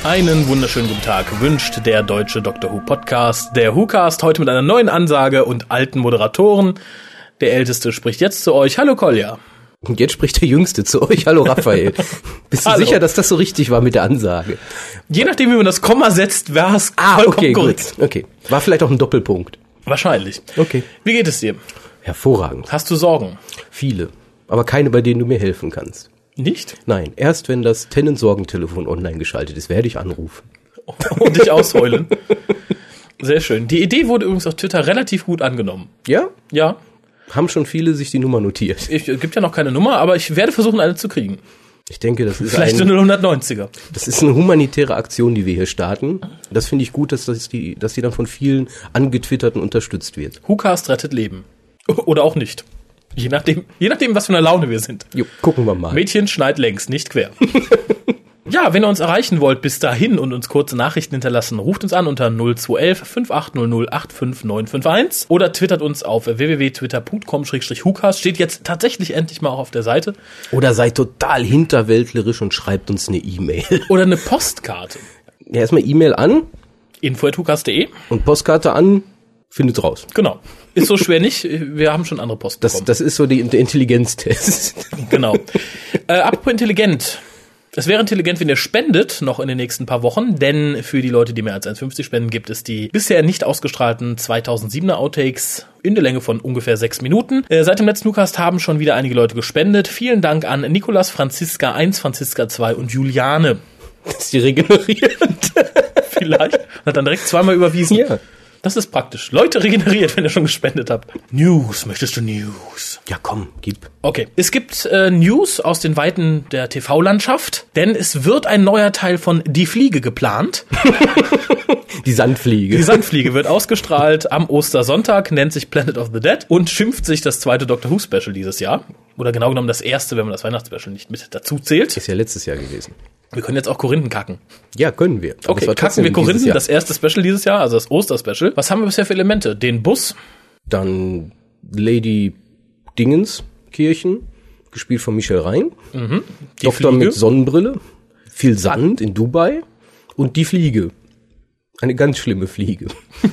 Einen wunderschönen guten Tag wünscht der deutsche Dr. Who Podcast, der WhoCast, heute mit einer neuen Ansage und alten Moderatoren. Der Älteste spricht jetzt zu euch. Hallo Kolja. Und jetzt spricht der Jüngste zu euch. Hallo Raphael. Bist du sicher, dass das so richtig war mit der Ansage? Je nachdem, wie man das Komma setzt, war es vollkommen korrekt. Okay. War vielleicht auch ein Doppelpunkt. Wahrscheinlich. Okay. Wie geht es dir? Hervorragend. Hast du Sorgen? Viele. Aber keine, bei denen du mir helfen kannst. Nicht? Nein. Erst wenn das Tenant-Sorgentelefon online geschaltet ist, werde ich anrufen. Und dich ausheulen. Sehr schön. Die Idee wurde übrigens auf Twitter relativ gut angenommen. Ja? Ja. Haben schon viele sich die Nummer notiert. Es gibt ja noch keine Nummer, aber ich werde versuchen, eine zu kriegen. Ich denke, das ist vielleicht eine 190er. Das ist eine humanitäre Aktion, die wir hier starten. Das finde ich gut, dass die dann von vielen Angetwitterten unterstützt wird. WhoCast rettet Leben. Oder auch nicht. Je nachdem, was für eine Laune wir sind. Jo, gucken wir mal. Mädchen schneit längs, nicht quer. Ja, wenn ihr uns erreichen wollt bis dahin und uns kurze Nachrichten hinterlassen, ruft uns an unter 0211 5800 85951 oder twittert uns auf www.twitter.com/WhoCast. Steht jetzt tatsächlich endlich mal auch auf der Seite. Oder seid total hinterwäldlerisch und schreibt uns eine E-Mail. Oder eine Postkarte. Ja, erstmal E-Mail an. info@whocast.de Und Postkarte an, findet raus. Genau. Ist so schwer nicht. Wir haben schon andere Post bekommen. Das ist so der Intelligenztest. Genau. Apropos intelligent. Es wäre intelligent, wenn ihr spendet, noch in den nächsten paar Wochen, denn für die Leute, die mehr als 1,50 spenden, gibt es die bisher nicht ausgestrahlten 2007er Outtakes in der Länge von ungefähr 6 Minuten. Seit dem letzten WhoCast haben schon wieder einige Leute gespendet. Vielen Dank an Nikolas, Franziska 1, Franziska 2 und Juliane. Ist die regeneriert? Vielleicht. Hat dann direkt zweimal überwiesen. Ja. Das ist praktisch. Leute regeneriert, wenn ihr schon gespendet habt. News. Möchtest du News? Ja, komm, gib. Okay. Es gibt News aus den Weiten der TV-Landschaft, denn es wird ein neuer Teil von Die Fliege geplant. Die Sandfliege. Die Sandfliege wird ausgestrahlt am Ostersonntag, nennt sich Planet of the Dead und schimpft sich das zweite Doctor Who Special dieses Jahr. Oder genau genommen das erste, wenn man das Weihnachtsspecial nicht mit dazu zählt. Ist ja letztes Jahr gewesen. Wir können jetzt auch Korinthen kacken. Ja, können wir. Aber okay, kacken wir Korinthen, das erste Special dieses Jahr, also das Osterspecial. Was haben wir bisher für Elemente? Den Bus. Dann Lady Dingenskirchen, gespielt von Michel Rein. Mhm. Doktor Fliege. mit Sonnenbrille. Viel Sand in Dubai. Und die Fliege. Eine ganz schlimme Fliege.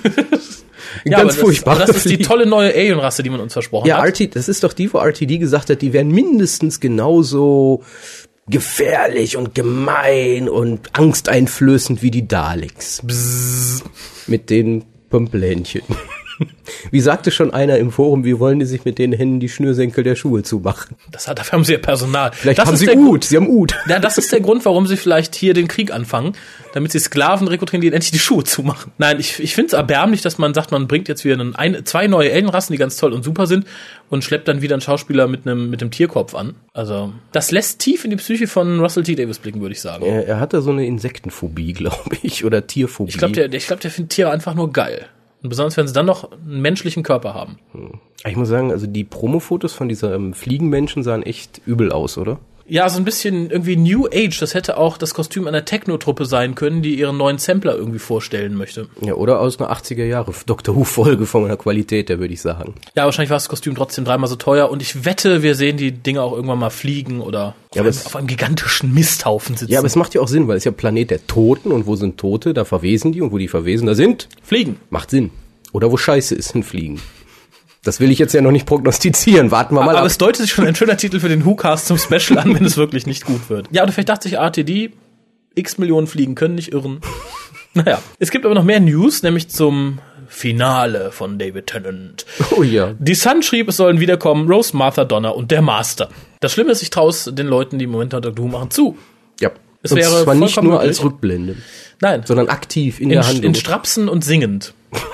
Ganz furchtbar. Das ist die tolle neue Alien-Rasse, die man uns versprochen hat. Ja, das ist doch die, wo RTD gesagt hat, die wären mindestens genauso gefährlich und gemein und angsteinflößend wie die Daleks. Bzzz. Mit den Pömpelhändchen. Wie sagte schon einer im Forum, wie wollen die sich mit den Händen die Schnürsenkel der Schuhe zumachen? Dafür haben sie ja Personal. Vielleicht haben sie Ut, sie haben Ut. Ja, das ist der Grund, warum sie vielleicht hier den Krieg anfangen, damit sie Sklaven rekrutieren, die endlich die Schuhe zumachen. Nein, ich finde es erbärmlich, dass man sagt, man bringt jetzt wieder zwei neue Alienrassen, die ganz toll und super sind und schleppt dann wieder einen Schauspieler mit einem Tierkopf an. Also, das lässt tief in die Psyche von Russell T. Davies blicken, würde ich sagen. Er hat da so eine Insektenphobie, glaube ich, oder Tierphobie. Ich glaube, der findet Tiere einfach nur geil. Und besonders, wenn sie dann noch einen menschlichen Körper haben. Ich muss sagen, also die Promo-Fotos von dieser Fliegenmenschen sahen echt übel aus, oder? Ja, so ein bisschen irgendwie New Age. Das hätte auch das Kostüm einer Techno-Truppe sein können, die ihren neuen Sampler irgendwie vorstellen möchte. Ja, oder aus einer 80er-Jahre Doctor Who-Folge von der Qualität, der würde ich sagen. Ja, wahrscheinlich war das Kostüm trotzdem 3-mal so teuer. Und ich wette, wir sehen die Dinge auch irgendwann mal fliegen oder auf einem gigantischen Misthaufen sitzen. Ja, aber es macht ja auch Sinn, weil es ist ja Planet der Toten. Und wo sind Tote? Da verwesen die. Und wo die verwesen, da sind Fliegen. Macht Sinn. Oder wo Scheiße ist, sind Fliegen. Das will ich jetzt ja noch nicht prognostizieren. Warten wir mal ab. Aber es deutet sich schon ein schöner Titel für den WhoCast zum Special an, wenn es wirklich nicht gut wird. Ja, oder vielleicht dachte sich RTD, x Millionen Fliegen können nicht irren. Naja, es gibt aber noch mehr News, nämlich zum Finale von David Tennant. Oh ja. Die Sun schrieb, es sollen wiederkommen Rose, Martha, Donna und der Master. Das Schlimme ist, ich traue es den Leuten, die im Moment Doctor Who machen, zu. Ja. Es wäre zwar nicht nur möglich. Als Rückblende. Nein. Sondern aktiv in der Handlung. In Strapsen und singend.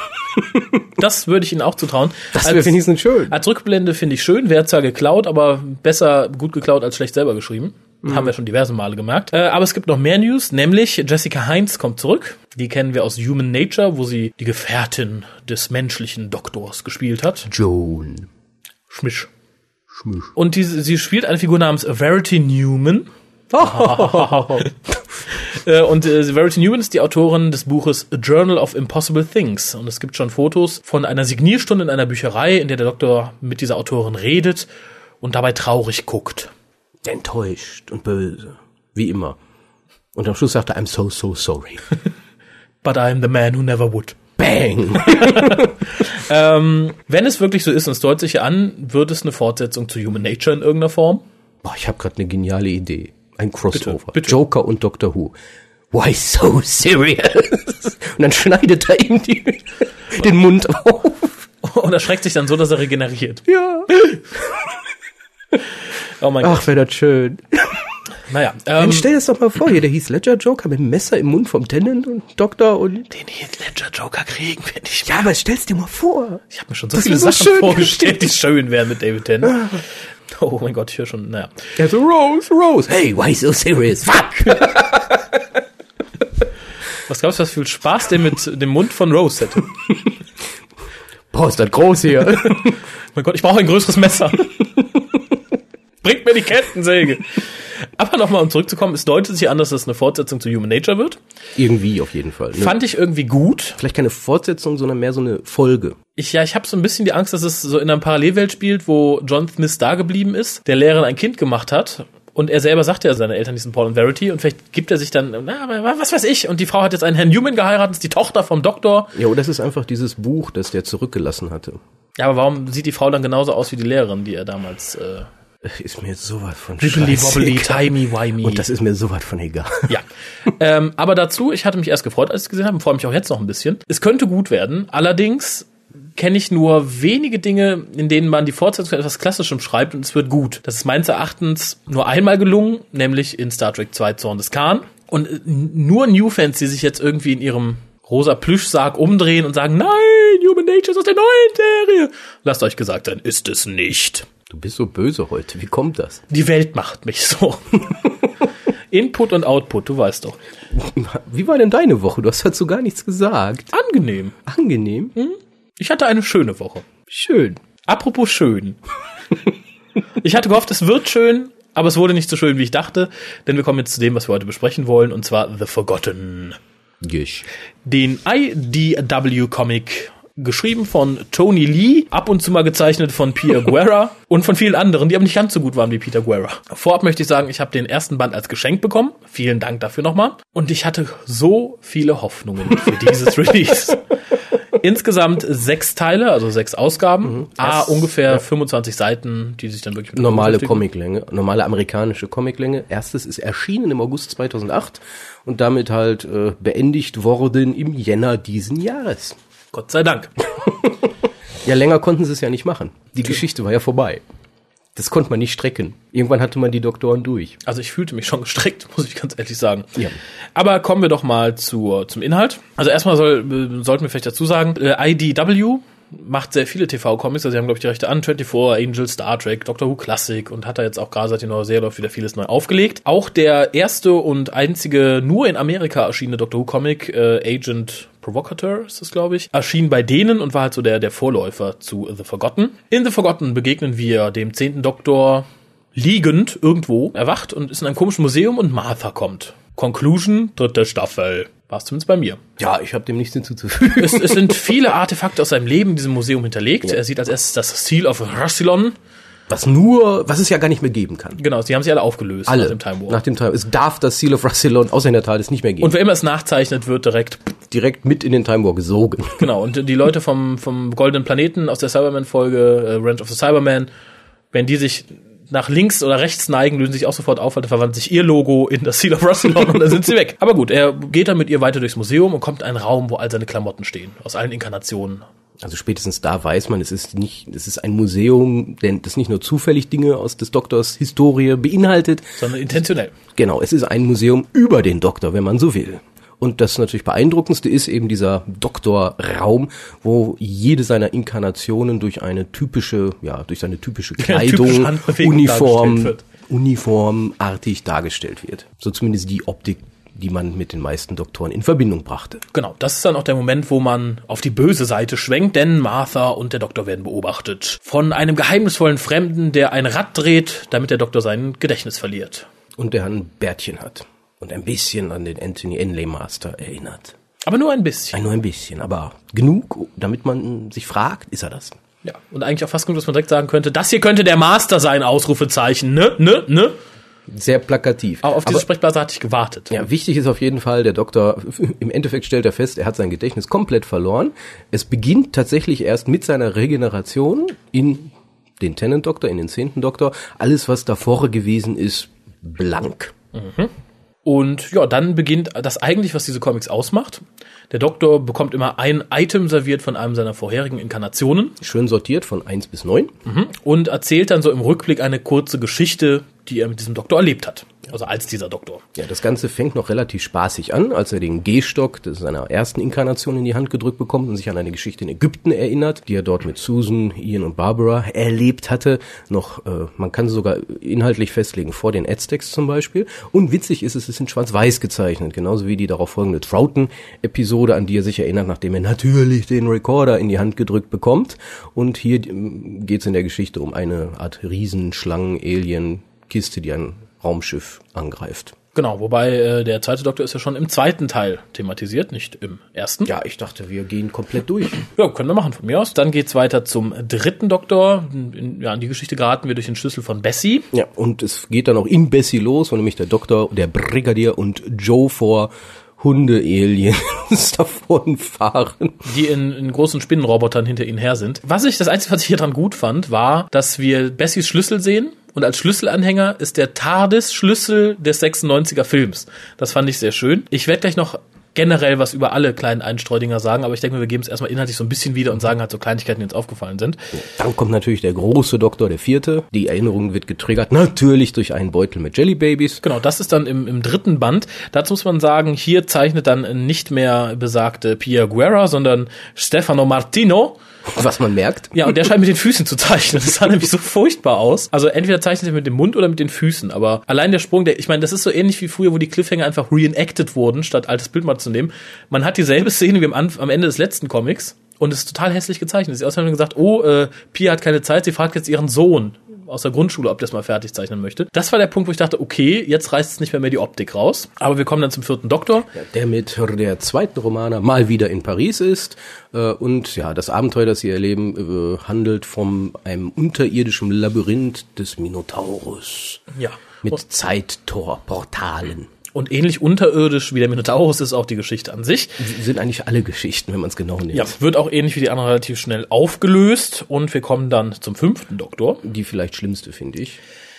Das würde ich Ihnen auch zutrauen. Das wäre wenigstens schön. Als Rückblende finde ich schön, wäre zwar geklaut, aber besser gut geklaut als schlecht selber geschrieben. Haben wir schon diverse Male gemerkt. Aber es gibt noch mehr News, nämlich Jessica Heinz kommt zurück. Die kennen wir aus Human Nature, wo sie die Gefährtin des menschlichen Doktors gespielt hat. Joan. Schmisch. Und sie spielt eine Figur namens Verity Newman. Und Verity Newman ist die Autorin des Buches A Journal of Impossible Things. Und es gibt schon Fotos von einer Signierstunde in einer Bücherei, in der der Doktor mit dieser Autorin redet und dabei traurig guckt. Enttäuscht und böse. Wie immer. Und am Schluss sagt er, I'm so sorry. But I'm the man who never would. Bang! Wenn es wirklich so ist, und es deutet sich ja an, wird es eine Fortsetzung zu Human Nature in irgendeiner Form? Boah, ich habe gerade eine geniale Idee. Ein Crossover. Bitte. Joker und Doctor Who. Why so serious? Und dann schneidet er ihm den Mund auf. Und erschreckt sich dann so, dass er regeneriert. Ja. Oh mein Gott. Ach, wäre das schön. Naja. Stell dir das doch mal vor, hier der Heath Ledger Joker mit dem Messer im Mund vom Tennant und Doktor und... Den Heath Ledger Joker kriegen wir nicht. Ja, aber stell's dir mal vor. Ich habe mir schon so viele Sachen vorgestellt, die schön wären mit David Tennant. Oh mein Gott, ich höre schon, naja. Ja, so Rose. Hey, why so serious? Fuck! Was glaubst du, was viel Spaß der mit dem Mund von Rose hätte? Boah, ist das groß hier. Mein Gott, ich brauche ein größeres Messer. Bringt mir die Kettensäge. Aber nochmal, um zurückzukommen, es deutet sich an, dass es eine Fortsetzung zu Human Nature wird. Irgendwie auf jeden Fall. Ne? Fand ich irgendwie gut. Vielleicht keine Fortsetzung, sondern mehr so eine Folge. Ich habe so ein bisschen die Angst, dass es so in einer Parallelwelt spielt, wo John Smith da geblieben ist, der Lehrerin ein Kind gemacht hat. Und er selber sagt ja, seine Eltern hießen Paul und Verity. Und vielleicht gibt er sich dann, was weiß ich. Und die Frau hat jetzt einen Herrn Newman geheiratet, ist die Tochter vom Doktor. Ja, oder das ist einfach dieses Buch, das der zurückgelassen hatte. Ja, aber warum sieht die Frau dann genauso aus wie die Lehrerin, die er damals... ist mir sowas von Wibbly wobbly, timey wimey. Und das ist mir sowas von egal. Ja. Aber dazu, ich hatte mich erst gefreut, als ich es gesehen habe, und freue mich auch jetzt noch ein bisschen. Es könnte gut werden. Allerdings kenne ich nur wenige Dinge, in denen man die Fortsetzung von etwas Klassischem schreibt und es wird gut. Das ist meines Erachtens nur einmal gelungen, nämlich in Star Trek 2 Zorn des Khan. Und nur New-Fans, die sich jetzt irgendwie in ihrem rosa Plüschsarg umdrehen und sagen, nein, Human Nature ist aus der neuen Serie. Lasst euch gesagt sein, ist es nicht. Du bist so böse heute. Wie kommt das? Die Welt macht mich so. Input und Output, du weißt doch. Wie war denn deine Woche? Du hast dazu gar nichts gesagt. Angenehm. Angenehm? Ich hatte eine schöne Woche. Schön. Apropos schön. Ich hatte gehofft, es wird schön, aber es wurde nicht so schön, wie ich dachte, denn wir kommen jetzt zu dem, was wir heute besprechen wollen, und zwar The Forgotten. Gish. Den IDW-Comic, geschrieben von Tony Lee, ab und zu mal gezeichnet von Peter Guerra und von vielen anderen, die aber nicht ganz so gut waren wie Peter Guerra. Vorab möchte ich sagen, ich habe den ersten Band als Geschenk bekommen. Vielen Dank dafür nochmal. Und ich hatte so viele Hoffnungen für dieses Release. Insgesamt 6 Teile, also 6 Ausgaben. Ungefähr 25 Seiten, die sich dann wirklich mit normale Comiclänge, normale amerikanische Comiclänge. Erstes ist erschienen im August 2008 und damit halt beendigt worden im Jänner diesen Jahres. Gott sei Dank. Ja, länger konnten sie es ja nicht machen. Die Geschichte war ja vorbei. Das konnte man nicht strecken. Irgendwann hatte man die Doktoren durch. Also ich fühlte mich schon gestreckt, muss ich ganz ehrlich sagen. Ja. Aber kommen wir doch mal zum Inhalt. Also erstmal sollten wir vielleicht dazu sagen, IDW macht sehr viele TV-Comics, also sie haben, glaube ich, die Rechte an 24, Angel, Star Trek, Doctor Who Classic und hat da jetzt auch gerade seit die neue Serie läuft wieder vieles neu aufgelegt. Auch der erste und einzige nur in Amerika erschienene Doctor Who Comic, Agent Provocateur ist das, glaube ich, erschien bei denen und war halt so der Vorläufer zu The Forgotten. In The Forgotten begegnen wir dem 10. Doktor liegend irgendwo, erwacht und ist in einem komischen Museum und Martha kommt. Conclusion, 3. Staffel. War es zumindest bei mir. Ja, ich habe dem nichts hinzuzufügen. Es sind viele Artefakte aus seinem Leben in diesem Museum hinterlegt. Ja. Er sieht als erstes das Seal of Rassilon. Was es ja gar nicht mehr geben kann. Genau, die haben sie alle aufgelöst nach dem Time Warp. Nach dem Time Warp. Es darf das Seal of Rassilon außer in der Tat nicht mehr geben. Und wer immer es nachzeichnet, wird direkt mit in den Time Warp gesogen. Genau, und die Leute vom Goldenen Planeten aus der Cyberman-Folge, Revenge of the Cyberman, wenn die sich nach links oder rechts neigen, lösen sich auch sofort auf, weil da verwandelt sich ihr Logo in das Seal of Rassilon und dann sind sie weg. Aber gut, er geht dann mit ihr weiter durchs Museum und kommt in einen Raum, wo all seine Klamotten stehen, aus allen Inkarnationen. Also spätestens da weiß man, es ist ein Museum, denn das nicht nur zufällig Dinge aus des Doktors Historie beinhaltet, sondern intentionell. Genau, es ist ein Museum über den Doktor, wenn man so will. Und das natürlich beeindruckendste ist eben dieser Doktorraum, wo jede seiner Inkarnationen durch seine typische Kleidung, uniformartig dargestellt wird. So zumindest die Optik, die man mit den meisten Doktoren in Verbindung brachte. Genau, das ist dann auch der Moment, wo man auf die böse Seite schwenkt, denn Martha und der Doktor werden beobachtet. Von einem geheimnisvollen Fremden, der ein Rad dreht, damit der Doktor sein Gedächtnis verliert. Und der ein Bärtchen hat. Und ein bisschen an den Anthony Enley Master erinnert. Aber nur ein bisschen. Nur ein bisschen, aber genug, damit man sich fragt, ist er das? Ja, und eigentlich auch fast genug, dass man direkt sagen könnte, das hier könnte der Master sein, Ausrufezeichen, ne? Sehr plakativ. Aber auf diese Sprechblase hatte ich gewartet. Ja, wichtig ist auf jeden Fall, der Doktor, im Endeffekt stellt er fest, er hat sein Gedächtnis komplett verloren. Es beginnt tatsächlich erst mit seiner Regeneration in den Tennant-Doktor, in den 10. Doktor. Alles, was davor gewesen ist, blank. Mhm. Und ja, dann beginnt das eigentlich, was diese Comics ausmacht. Der Doktor bekommt immer ein Item serviert von einem seiner vorherigen Inkarnationen. Schön sortiert von 1 bis 9. Und erzählt dann so im Rückblick eine kurze Geschichte, die er mit diesem Doktor erlebt hat. Also als dieser Doktor. Ja, das Ganze fängt noch relativ spaßig an, als er den Gehstock seiner ersten Inkarnation in die Hand gedrückt bekommt und sich an eine Geschichte in Ägypten erinnert, die er dort mit Susan, Ian und Barbara erlebt hatte. Noch, man kann sogar inhaltlich festlegen, vor den Aztecs zum Beispiel. Und witzig ist, es ist in Schwarz-Weiß gezeichnet, genauso wie die darauf folgende Troughton-Episode, an die er sich erinnert, nachdem er natürlich den Recorder in die Hand gedrückt bekommt. Und hier geht es in der Geschichte um eine Art Riesenschlangen-Alien-Kiste, die ein Raumschiff angreift. Genau, wobei der zweite Doktor ist ja schon im zweiten Teil thematisiert, nicht im ersten. Ja, ich dachte, wir gehen komplett durch. Ja, können wir machen von mir aus. Dann geht's weiter zum dritten Doktor. In die Geschichte geraten wir durch den Schlüssel von Bessie. Ja, und es geht dann auch in Bessie los, wo nämlich der Doktor, der Brigadier und Joe vor Hunde-Aliens davon fahren. Die in großen Spinnenrobotern hinter ihnen her sind. Das Einzige, was ich hier dran gut fand, war, dass wir Bessies Schlüssel sehen. Und als Schlüsselanhänger ist der TARDIS-Schlüssel des 96er Films. Das fand ich sehr schön. Ich werde gleich noch generell was über alle kleinen Einstreudinger sagen, aber ich denke mir, wir geben es erstmal inhaltlich so ein bisschen wieder und sagen halt so Kleinigkeiten, die uns aufgefallen sind. Dann kommt natürlich der große Doktor, der 4. Die Erinnerung wird getriggert, natürlich durch einen Beutel mit Jellybabys. Genau, das ist dann im dritten Band. Dazu muss man sagen, hier zeichnet dann nicht mehr besagte Pia Guerra, sondern Stefano Martino. Was man merkt. Ja, und der scheint mit den Füßen zu zeichnen. Das sah nämlich so furchtbar aus. Also entweder zeichnet er mit dem Mund oder mit den Füßen. Aber allein der Sprung, ich meine, das ist so ähnlich wie früher, wo die Cliffhanger einfach reenacted wurden, statt altes Bild mal zu nehmen. Man hat dieselbe Szene wie am Ende des letzten Comics und es ist total hässlich gezeichnet. Sie haben gesagt, Pia hat keine Zeit, sie fragt jetzt ihren Sohn aus der Grundschule, ob der es mal fertig zeichnen möchte. Das war der Punkt, wo ich dachte, okay, jetzt reißt es nicht mehr die Optik raus. Aber wir kommen dann zum 4. Doktor. Ja, der mit der zweiten Romana mal wieder in Paris ist. Und ja, das Abenteuer, das sie erleben, handelt von einem unterirdischen Labyrinth des Minotaurus. Ja. Mit Zeittorportalen. Und ähnlich unterirdisch wie der Minotaurus ist auch die Geschichte an sich. Sind eigentlich alle Geschichten, wenn man es genau nimmt. Ja, wird auch ähnlich wie die anderen relativ schnell aufgelöst. Und wir kommen dann zum 5. Doktor. Die vielleicht schlimmste, finde ich.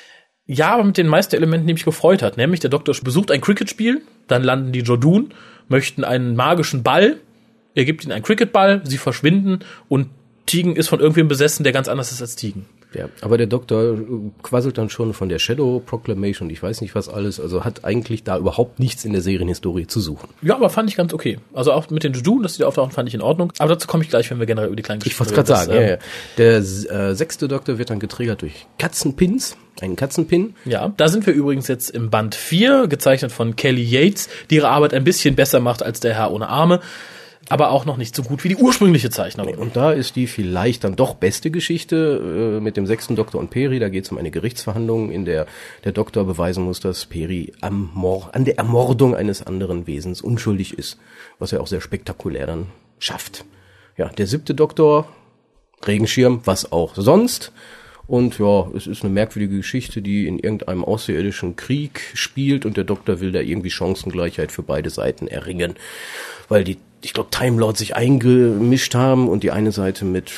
Ja, aber mit den meisten Elementen, die mich gefreut hat. Nämlich der Doktor besucht ein Cricketspiel, dann landen die Jodun, möchten einen magischen Ball, er gibt ihnen einen Cricketball, sie verschwinden und Tegan ist von irgendwem besessen, der ganz anders ist als Tegan. Ja, aber der Doktor quasselt dann schon von der Shadow Proclamation, ich weiß nicht was alles, also hat eigentlich da überhaupt nichts in der Serienhistorie zu suchen. Ja, aber fand ich ganz okay. Also auch mit den Jodun, dass die da auftauchen, fand ich in Ordnung. Aber dazu komme ich gleich, wenn wir generell über die kleinen Geschichten reden. Ich wollte es gerade sagen, ja. Der 6. Doktor wird dann getriggert durch Katzenpins, einen Katzenpin. Ja, da sind wir übrigens jetzt im Band 4, gezeichnet von Kelly Yates, die ihre Arbeit ein bisschen besser macht als der Herr ohne Arme. Aber auch noch nicht so gut wie die ursprüngliche Zeichnung. Und da ist die vielleicht dann doch beste Geschichte mit dem 6. Doktor und Peri. Da geht es um eine Gerichtsverhandlung, in der der Doktor beweisen muss, dass Peri an der Ermordung eines anderen Wesens unschuldig ist. Was er auch sehr spektakulär dann schafft. Ja, der 7. Doktor, Regenschirm, was auch sonst. Und ja, es ist eine merkwürdige Geschichte, die in irgendeinem außerirdischen Krieg spielt und der Doktor will da irgendwie Chancengleichheit für beide Seiten erringen. Weil ich glaube, Time Lords sich eingemischt haben und die eine Seite mit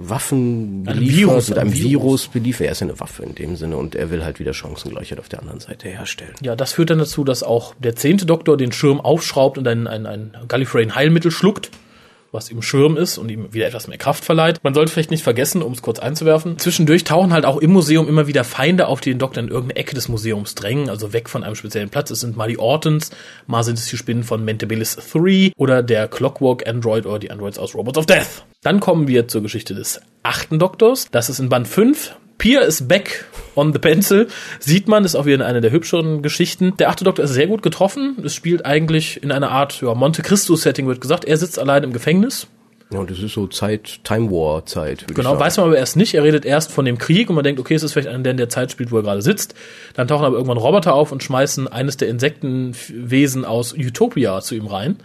Waffen beliefert, mit einem Virus beliefert. Er ist ja eine Waffe in dem Sinne und er will halt wieder Chancengleichheit auf der anderen Seite herstellen. Ja, das führt dann dazu, dass auch der 10. Doktor den Schirm aufschraubt und ein Gallifreyan-Heilmittel schluckt, was im Schirm ist und ihm wieder etwas mehr Kraft verleiht. Man sollte vielleicht nicht vergessen, um es kurz einzuwerfen, zwischendurch tauchen halt auch im Museum immer wieder Feinde auf, die den Doktor in irgendeine Ecke des Museums drängen, also weg von einem speziellen Platz. Es sind mal die Ortons, mal sind es die Spinnen von Mentabilis 3 oder der Clockwork Android oder die Androids aus Robots of Death. Dann kommen wir zur Geschichte des 8. Doktors. Das ist in Band 5. Pia is back on the pencil. Sieht man, ist auch wieder eine der hübscheren Geschichten. Der 8. Doktor ist sehr gut getroffen. Es spielt eigentlich in einer Art Monte Cristo-Setting, wird gesagt. Er sitzt allein im Gefängnis. Ja, und das ist so Time War Zeit. Genau, weiß man aber erst nicht. Er redet erst von dem Krieg und man denkt, okay, es ist vielleicht einer, der in der Zeit spielt, wo er gerade sitzt. Dann tauchen aber irgendwann Roboter auf und schmeißen eines der Insektenwesen aus Utopia zu ihm rein.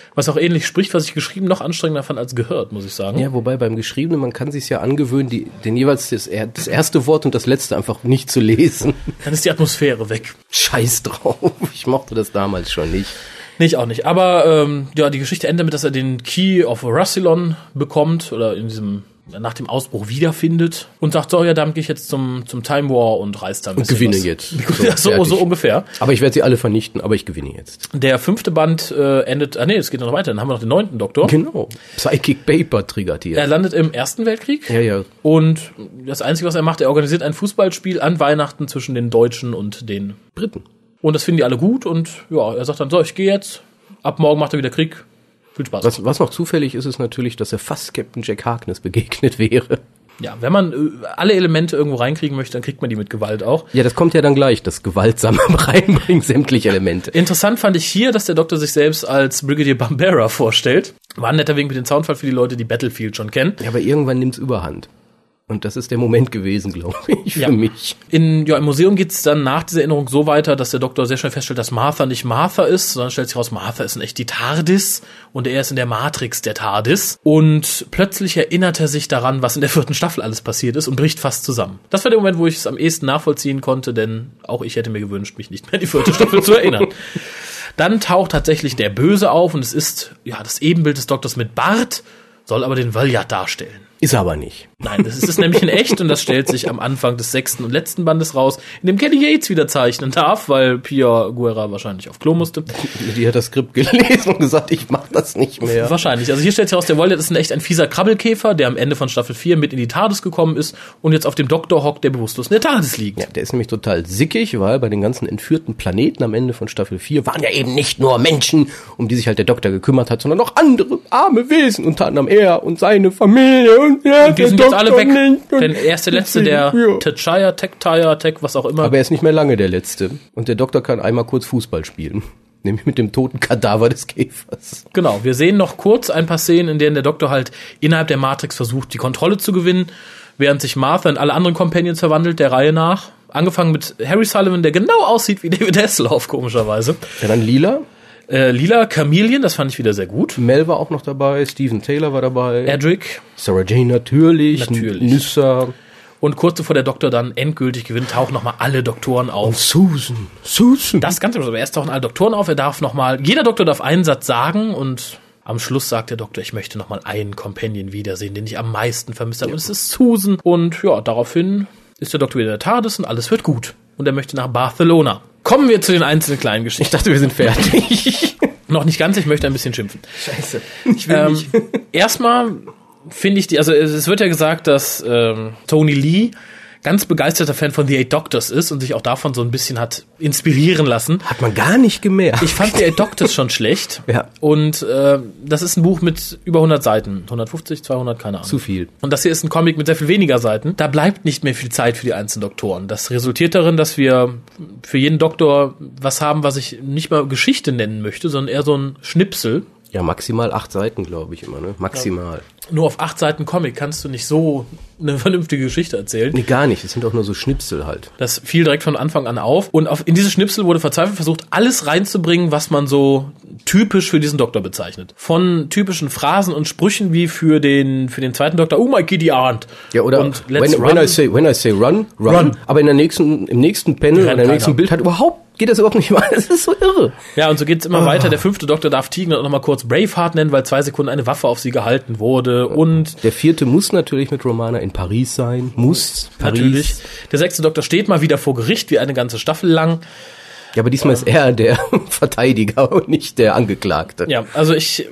Was auch ähnlich spricht, was ich geschrieben noch anstrengender fand als gehört, muss ich sagen. Ja, wobei beim Geschriebenen, man kann sich ja angewöhnen, den jeweils das erste Wort und das letzte einfach nicht zu lesen. Dann ist die Atmosphäre weg. Scheiß drauf. Ich mochte das damals schon nicht. Nee, ich auch nicht. Aber die Geschichte endet damit, dass er den Key of Rassilon bekommt oder nach dem Ausbruch wiederfindet und sagt, so, ja, damit gehe ich jetzt zum Time War und reißt da ein bisschen und gewinne was. jetzt. So ungefähr. Aber ich werde sie alle vernichten, aber ich gewinne jetzt. Der 5. Band endet, es geht noch weiter, dann haben wir noch den 9. Doktor. Genau. Psychic Paper triggert hier. Er landet im Ersten Weltkrieg. Ja. Und das Einzige, was er macht, er organisiert ein Fußballspiel an Weihnachten zwischen den Deutschen und den Briten. Und das finden die alle gut und ja, er sagt dann, so, ich gehe jetzt, ab morgen macht er wieder Krieg. Viel Spaß. Was noch zufällig ist, ist natürlich, dass er fast Captain Jack Harkness begegnet wäre. Ja, wenn man alle Elemente irgendwo reinkriegen möchte, dann kriegt man die mit Gewalt auch. Ja, das kommt ja dann gleich, das gewaltsame Reinbringen sämtliche Elemente. Interessant fand ich hier, dass der Doktor sich selbst als Brigadier Bambera vorstellt. War ein netter Wink mit dem Soundfall für die Leute, die Battlefield schon kennen. Ja, aber irgendwann nimmt's überhand. Und das ist der Moment gewesen, glaube ich, für mich. Im Museum geht's dann nach dieser Erinnerung so weiter, dass der Doktor sehr schnell feststellt, dass Martha nicht Martha ist, sondern stellt sich raus, Martha ist in echt die TARDIS und er ist in der Matrix der TARDIS. Und plötzlich erinnert er sich daran, was in der 4. Staffel alles passiert ist und bricht fast zusammen. Das war der Moment, wo ich es am ehesten nachvollziehen konnte, denn auch ich hätte mir gewünscht, mich nicht mehr an die 4. Staffel zu erinnern. Dann taucht tatsächlich der Böse auf und es ist das Ebenbild des Doktors mit Bart, soll aber den Valyat darstellen. Ist aber nicht. Nein, das ist nämlich in echt und das stellt sich am Anfang des 6. und letzten Bandes raus, in dem Kelly Yates wieder zeichnen darf, weil Pia Guerra wahrscheinlich auf Klo musste. Die hat das Skript gelesen und gesagt, ich mach das nicht mehr. Wahrscheinlich. Also hier stellt sich raus, der Valyat ist in echt ein fieser Krabbelkäfer, der am Ende von Staffel 4 mit in die TARDIS gekommen ist und jetzt auf dem Doktor hockt, der bewusstlos in der TARDIS liegt. Ja, der ist nämlich total sickig, weil bei den ganzen entführten Planeten am Ende von Staffel 4 waren ja eben nicht nur Menschen, um die sich halt der Doktor gekümmert hat, sondern auch andere arme Wesen, unter anderem er und seine Familie und die sind jetzt alle weg. Denn er ist der Letzte, der Tech, was auch immer. Aber er ist nicht mehr lange der Letzte. Und der Doktor kann einmal kurz Fußball spielen. Nämlich mit dem toten Kadaver des Käfers. Genau, wir sehen noch kurz ein paar Szenen, in denen der Doktor halt innerhalb der Matrix versucht, die Kontrolle zu gewinnen, während sich Martha in alle anderen Companions verwandelt, der Reihe nach. Angefangen mit Harry Sullivan, der genau aussieht wie David Hasselhoff, komischerweise. Ja, dann Lila. Lila, Chameleon, das fand ich wieder sehr gut. Mel war auch noch dabei, Steven Taylor war dabei. Edric. Sarah Jane natürlich. Nyssa. Und kurz bevor der Doktor dann endgültig gewinnt, tauchen nochmal alle Doktoren auf. Und Susan. Das Ganze, aber erst tauchen alle Doktoren auf, jeder Doktor darf einen Satz sagen und am Schluss sagt der Doktor, ich möchte nochmal einen Companion wiedersehen, den ich am meisten vermisst habe. Und es ist Susan. Und ja, daraufhin ist der Doktor wieder in der TARDIS und alles wird gut. Und er möchte nach Barcelona. Kommen wir zu den einzelnen kleinen Geschichten. Ich dachte, wir sind fertig. Noch nicht ganz, ich möchte ein bisschen schimpfen. Scheiße. Ich will nicht. Erstmal finde ich es wird ja gesagt, dass Tony Lee ganz begeisterter Fan von The Eight Doctors ist und sich auch davon so ein bisschen hat inspirieren lassen. Hat man gar nicht gemerkt. Ich fand The Eight Doctors schon schlecht. Ja. Und das ist ein Buch mit über 100 Seiten. 150, 200, keine Ahnung. Zu viel. Und das hier ist ein Comic mit sehr viel weniger Seiten. Da bleibt nicht mehr viel Zeit für die einzelnen Doktoren. Das resultiert darin, dass wir für jeden Doktor was haben, was ich nicht mal Geschichte nennen möchte, sondern eher so ein Schnipsel. Ja, maximal 8 Seiten, glaube ich immer, ne? Maximal. Ja. Nur auf 8 Seiten Comic kannst du nicht so eine vernünftige Geschichte erzählen. Nee, gar nicht. Es sind auch nur so Schnipsel halt. Das fiel direkt von Anfang an auf. Und in diese Schnipsel wurde verzweifelt versucht, alles reinzubringen, was man so typisch für diesen Doktor bezeichnet. Von typischen Phrasen und Sprüchen wie für den zweiten Doktor, oh my giddy aunt. Ja, oder und when I say run. Aber im nächsten Panel oder im nächsten Bild hat geht das überhaupt nicht mal. Das ist so irre. Ja, und so geht's immer weiter. Der 5. Doktor darf Tegan noch mal kurz Braveheart nennen, weil 2 Sekunden eine Waffe auf sie gehalten wurde. Und der 4. muss natürlich mit Romana in Paris sein. Paris. Natürlich. Der 6. Doktor steht mal wieder vor Gericht, wie eine ganze Staffel lang. Ja, aber diesmal ist er der Verteidiger und nicht der Angeklagte. Ja, also ich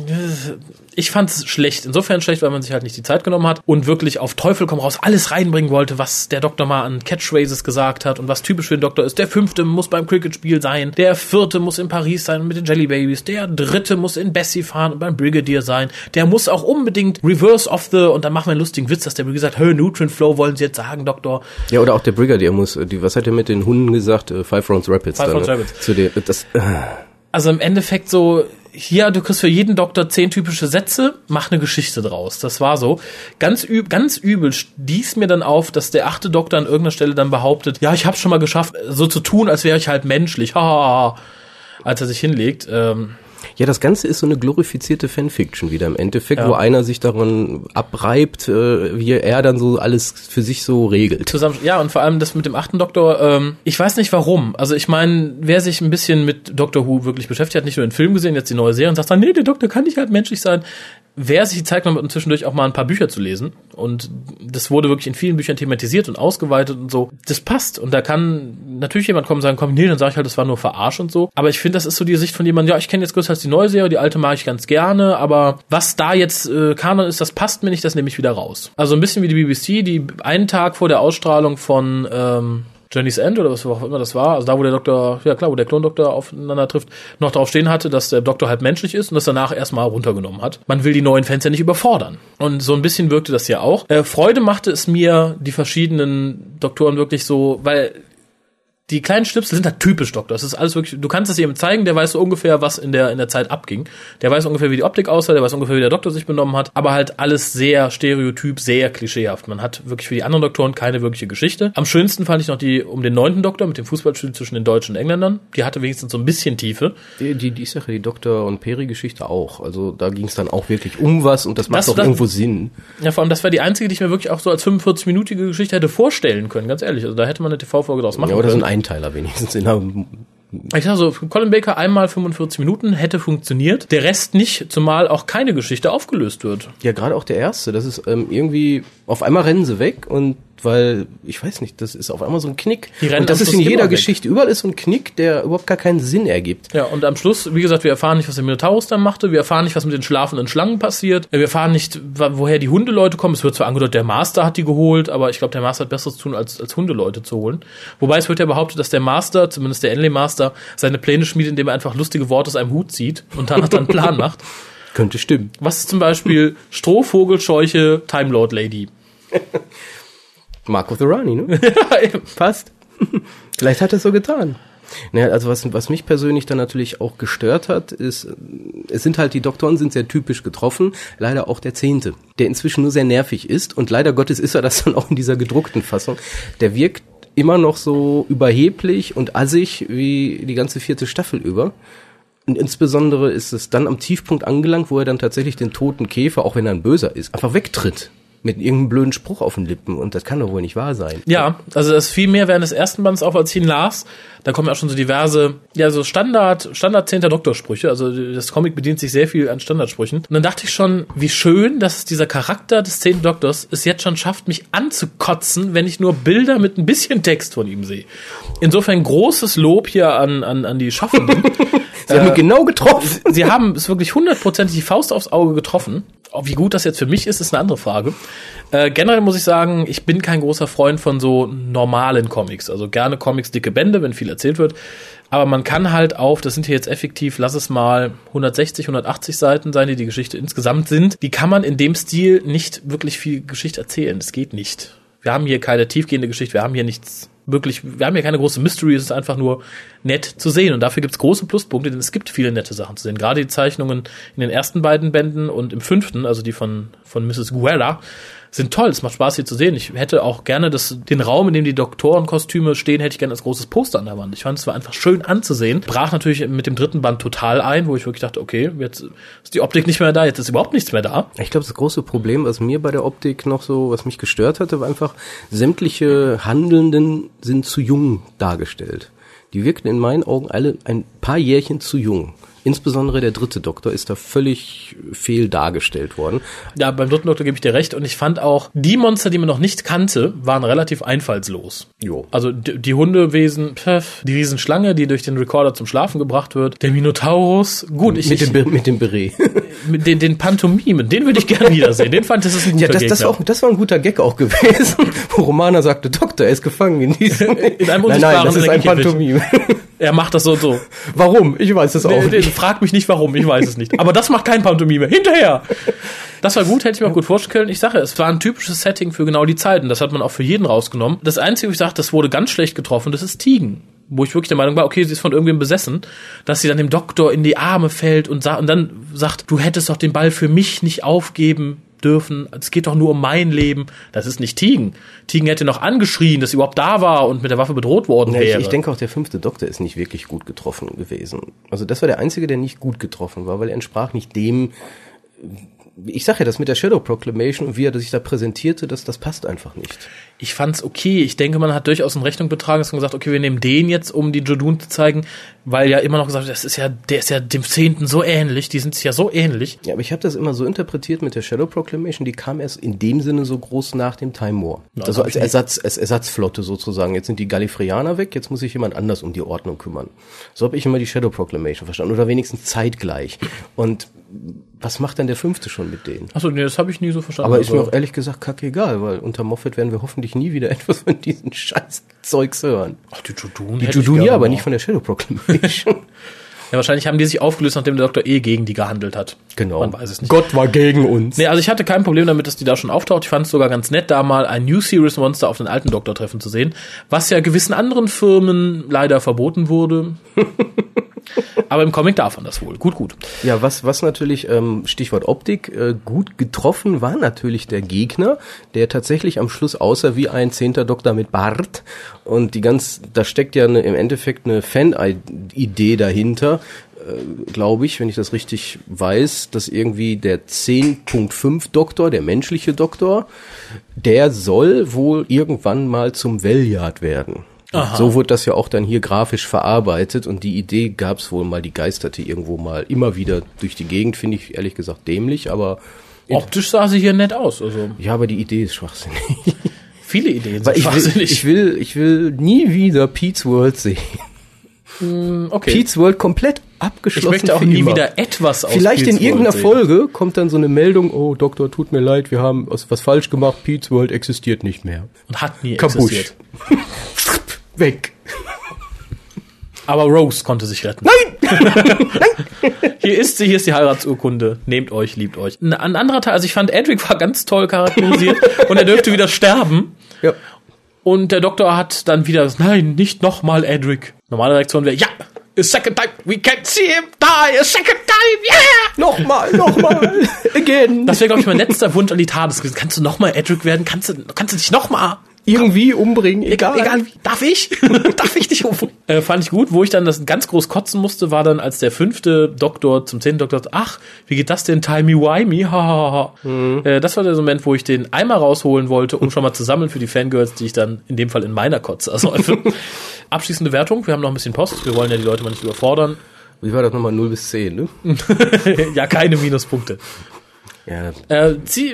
fand's schlecht. Insofern schlecht, weil man sich halt nicht die Zeit genommen hat und wirklich auf Teufel komm raus alles reinbringen wollte, was der Doktor mal an Catchphrases gesagt hat und was typisch für den Doktor ist. Der 5. muss beim Cricket-Spiel sein, der 4. muss in Paris sein mit den Jelly Babies, der 3. muss in Bessie fahren und beim Brigadier sein, der muss auch unbedingt Reverse of the, und dann machen wir einen lustigen Witz, dass der Brigadier sagt, Nutrient Flow wollen Sie jetzt sagen, Doktor. Ja, oder auch der Brigadier muss, was hat er mit den Hunden gesagt? 5 Rounds Rapids. Also im Endeffekt so, hier, du kriegst für jeden Doktor 10 typische Sätze, mach eine Geschichte draus. Das war so. Ganz übel stieß mir dann auf, dass der 8. Doktor an irgendeiner Stelle dann behauptet, ja, ich hab's schon mal geschafft, so zu tun, als wäre ich halt menschlich. Als er sich hinlegt. Ja, das Ganze ist so eine glorifizierte Fanfiction wieder im Endeffekt, Ja. wo einer sich daran abreibt, wie er dann so alles für sich so regelt. Ja, und vor allem das mit dem 8. Doktor, ich weiß nicht warum. Also ich meine, wer sich ein bisschen mit Doctor Who wirklich beschäftigt hat, nicht nur den Film gesehen, jetzt die neue Serie und sagt dann, nee, der Doktor kann nicht halt menschlich sein. Wer sich die Zeit genommen hat, zwischendurch auch mal ein paar Bücher zu lesen, und das wurde wirklich in vielen Büchern thematisiert und ausgeweitet und so, das passt. Und da kann natürlich jemand kommen und sagen, komm, nee, dann sag ich halt, das war nur Verarsch und so. Aber ich finde, das ist so die Sicht von jemandem, ja, ich kenne jetzt größtenteils die neue Serie, die alte mag ich ganz gerne, aber was da jetzt Kanon ist, das passt mir nicht, das nehme ich wieder raus. Also ein bisschen wie die BBC, die einen Tag vor der Ausstrahlung von Journey's End oder was auch immer das war, also da, wo der Doktor, ja klar, wo der Klondoktor aufeinander trifft, noch drauf stehen hatte, dass der Doktor halt menschlich ist und das danach erstmal runtergenommen hat. Man will die neuen Fans ja nicht überfordern. Und so ein bisschen wirkte das ja auch. Freude machte es mir, die verschiedenen Doktoren wirklich so, weil die kleinen Schnipsel sind halt typisch Doktor. Das ist alles wirklich, du kannst es ihm zeigen, der weiß so ungefähr, was in der Zeit abging. Der weiß ungefähr, wie die Optik aussah, der weiß ungefähr, wie der Doktor sich benommen hat, aber halt alles sehr stereotyp, sehr klischeehaft. Man hat wirklich für die anderen Doktoren keine wirkliche Geschichte. Am schönsten fand ich noch die um den 9. Doktor mit dem Fußballspiel zwischen den Deutschen und Engländern. Die hatte wenigstens so ein bisschen Tiefe. Die Sache, die Doktor- und Peri-Geschichte auch. Also da ging es dann auch wirklich um was und das macht auch irgendwo Sinn. Ja, vor allem, das war die einzige, die ich mir wirklich auch so als 45-minütige Geschichte hätte vorstellen können, ganz ehrlich. Also da hätte man eine TV-Folge draus machen können. Ja, oder so ein Einteiler wenigstens in der. Ich sag so, Colin Baker einmal 45 Minuten hätte funktioniert, der Rest nicht, zumal auch keine Geschichte aufgelöst wird. Ja, gerade auch der erste, das ist irgendwie, auf einmal rennen sie weg und weil, ich weiß nicht, das ist auf einmal so ein Knick. Und das ist in jeder Geschichte, überall ist so ein Knick, der überhaupt gar keinen Sinn ergibt. Ja, und am Schluss, wie gesagt, wir erfahren nicht, was der Minotaurus dann machte, wir erfahren nicht, was mit den schlafenden Schlangen passiert, wir erfahren nicht, woher die Hundeleute kommen. Es wird zwar angedeutet, der Master hat die geholt, aber ich glaube, der Master hat Besseres zu tun, als Hundeleute zu holen. Wobei es wird ja behauptet, dass der Master, zumindest der Enley Master, seine Pläne schmiedet, indem er einfach lustige Worte aus einem Hut zieht und danach dann einen Plan macht. Könnte stimmen. Was ist zum Beispiel Strohvogelscheuche, Time Lord Lady? Mark of the Rani, ne? Ja, eben. Passt. Vielleicht hat er es so getan. Naja, also was mich persönlich dann natürlich auch gestört hat, ist, es sind halt, die Doktoren sind sehr typisch getroffen, leider auch der 10., der inzwischen nur sehr nervig ist und leider Gottes ist er das dann auch in dieser gedruckten Fassung. Der wirkt immer noch so überheblich und assig wie die ganze 4. Staffel über. Und insbesondere ist es dann am Tiefpunkt angelangt, wo er dann tatsächlich den toten Käfer, auch wenn er ein Böser ist, einfach wegtritt. Mit irgendeinem blöden Spruch auf den Lippen. Und das kann doch wohl nicht wahr sein. Ja, also das fiel mir während des ersten Bands auf, als ich ihn las. Da kommen ja auch schon so diverse, ja, so Standard 10. Doktorsprüche. Also das Comic bedient sich sehr viel an Standardsprüchen. Und dann dachte ich schon, wie schön, dass dieser Charakter des 10. Doktors es jetzt schon schafft, mich anzukotzen, wenn ich nur Bilder mit ein bisschen Text von ihm sehe. Insofern großes Lob hier an die Schaffenden. Sie haben ihn genau getroffen. Sie haben es wirklich 100% die Faust aufs Auge getroffen. Wie gut das jetzt für mich ist eine andere Frage. Generell muss ich sagen, ich bin kein großer Freund von so normalen Comics. Also gerne Comics, dicke Bände, wenn viel erzählt wird. Aber man kann halt das sind hier jetzt effektiv, lass es mal 160, 180 Seiten sein, die Geschichte insgesamt sind. Die kann man in dem Stil nicht wirklich viel Geschichte erzählen. Das geht nicht. Wir haben hier keine tiefgehende Geschichte, wir haben hier nichts wirklich, wir haben hier keine große Mystery, es ist einfach nur nett zu sehen und dafür gibt's große Pluspunkte, denn es gibt viele nette Sachen zu sehen. Gerade die Zeichnungen in den ersten beiden Bänden und im 5., also die von Mrs. Guerra, sind toll. Es macht Spaß, hier zu sehen. Ich hätte auch gerne den Raum, in dem die Doktorenkostüme stehen, hätte ich gerne als großes Poster an der Wand. Ich fand, es war einfach schön anzusehen. Brach natürlich mit dem 3. Band total ein, wo ich wirklich dachte, okay, jetzt ist die Optik nicht mehr da, jetzt ist überhaupt nichts mehr da. Ich glaube, das große Problem, was mir bei der Optik noch so, was mich gestört hatte, war einfach, sämtliche Handelnden sind zu jung dargestellt. Die wirkten in meinen Augen alle ein paar Jährchen zu jung. Insbesondere der 3. Doktor ist da völlig fehl dargestellt worden. Ja, beim 3. Doktor gebe ich dir recht. Und ich fand auch, die Monster, die man noch nicht kannte, waren relativ einfallslos. Jo. Also die Hundewesen, die Riesenschlange, die durch den Recorder zum Schlafen gebracht wird, der Minotaurus, gut. Mit dem Beret. Den Pantomimen, den würde ich gerne wiedersehen. Den fand ich, das ist ein guter Gegner. Das war ein guter Gag auch gewesen, wo Romana sagte, Doktor, er ist gefangen in diesem... in einem Nein, das ist ein Pantomim. Er macht das so und so. Warum? Ich weiß es auch nicht. Frag mich nicht, warum. Ich weiß es nicht. Aber das macht kein Pantomime. Hinterher! Das war gut, hätte ich mir auch gut vorstellen können. Ich sage, es war ein typisches Setting für genau die Zeiten. Das hat man auch für jeden rausgenommen. Das Einzige, wo ich sage, das wurde ganz schlecht getroffen, das ist Tegan. Wo ich wirklich der Meinung war, okay, sie ist von irgendwem besessen, dass sie dann dem Doktor in die Arme fällt und dann sagt, du hättest doch den Ball für mich nicht aufgeben dürfen. Es geht doch nur um mein Leben. Das ist nicht Tegan. Tegan hätte noch angeschrien, dass sie überhaupt da war und mit der Waffe bedroht worden wäre. Ich denke auch, der 5. Doktor ist nicht wirklich gut getroffen gewesen. Also das war der Einzige, der nicht gut getroffen war, weil er entsprach nicht dem... Ich sag ja, das mit der Shadow Proclamation und wie er sich da präsentierte, das passt einfach nicht. Ich fand's okay. Ich denke, man hat durchaus in Rechnung betragen und gesagt, okay, wir nehmen den jetzt, um die Jodun zu zeigen, weil ja immer noch gesagt wird, der ist ja dem 10. so ähnlich, die sind sich ja so ähnlich. Ja, aber ich habe das immer so interpretiert mit der Shadow Proclamation, die kam erst in dem Sinne so groß nach dem Time War. Also als Ersatzflotte sozusagen. Jetzt sind die Gallifreyaner weg, jetzt muss sich jemand anders um die Ordnung kümmern. So habe ich immer die Shadow Proclamation verstanden. Oder wenigstens zeitgleich. Und was macht denn der 5. schon mit denen? Achso, nee, das habe ich nie so verstanden. Aber ist mir auch ehrlich gesagt kackegal, weil unter Moffat werden wir hoffentlich nie wieder etwas von diesen Scheiß-Zeugs hören. Ach, die Jodun ja, aber nicht von der Shadow Proclamation. Ja, wahrscheinlich haben die sich aufgelöst, nachdem der Doktor gegen die gehandelt hat. Genau. Man weiß es nicht. Gott war gegen uns. Nee, also ich hatte kein Problem damit, dass die da schon auftaucht. Ich fand es sogar ganz nett, da mal ein New Series Monster auf den alten Doktor treffen zu sehen, was ja gewissen anderen Firmen leider verboten wurde. Aber im Comic darf man das wohl. Gut. Ja, was natürlich, Stichwort Optik, gut getroffen war natürlich der Gegner, der tatsächlich am Schluss aussah wie ein 10. Doktor mit Bart. Und da steckt ja im Endeffekt eine Fan-Idee dahinter, glaube ich, wenn ich das richtig weiß, dass irgendwie der 10.5 Doktor, der menschliche Doktor, der soll wohl irgendwann mal zum Veljard werden. So wurde das ja auch dann hier grafisch verarbeitet und die Idee gab's wohl mal, die geisterte irgendwo mal immer wieder durch die Gegend, finde ich ehrlich gesagt dämlich, aber... Optisch sah sie hier nett aus, also. Ja, aber die Idee ist schwachsinnig. Viele Ideen sind schwachsinnig. Ich will nie wieder Pete's World sehen. Okay. Pete's World komplett abgeschlossen. Ich möchte auch nie wieder etwas aus Vielleicht Pete's in irgendeiner World Folge kommt dann so eine Meldung, oh Doktor, tut mir leid, wir haben was falsch gemacht, Pete's World existiert nicht mehr. Und hat nie Kabusch. existiert. Weg. Aber Rose konnte sich retten. Nein! Hier ist die Heiratsurkunde. Nehmt euch, liebt euch. Ein anderer Teil, also ich fand, Edric war ganz toll charakterisiert und er dürfte wieder sterben. Ja. Und der Doktor hat dann wieder gesagt, nein, nicht nochmal Edric. Normale Reaktion wäre, ja, a second time, we can see him die, a second time, yeah! Nochmal, again. Das wäre, glaube ich, mein letzter Wunsch an die TARDIS gewesen. Kannst du nochmal Edric werden? Kannst du dich nochmal irgendwie umbringen, egal wie. Darf ich? Darf ich dich umbringen? Fand ich gut. Wo ich dann das ganz groß kotzen musste, war dann, als der 5. Doktor zum 10. Doktor, ach, wie geht das denn? Timey-wimey, hahaha. Das war der Moment, wo ich den Eimer rausholen wollte, um schon mal zu sammeln für die Fangirls, die ich dann in dem Fall in meiner Kotze ersäufe. Abschließende Wertung. Wir haben noch ein bisschen Post. Wir wollen ja die Leute mal nicht überfordern. Wie war das nochmal? 0 bis 10, ne? Ja, keine Minuspunkte. Ja. Zieh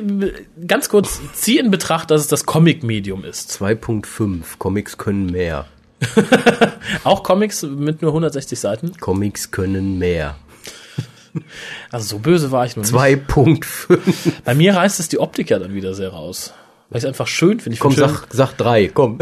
in Betracht, dass es das Comic-Medium ist. 2.5. Comics können mehr. Auch Comics mit nur 160 Seiten? Comics können mehr. Also so böse war ich noch nicht. 2.5. Bei mir reißt es die Optik ja dann wieder sehr raus. Weil ich es einfach schön finde. Komm, sag 3, komm.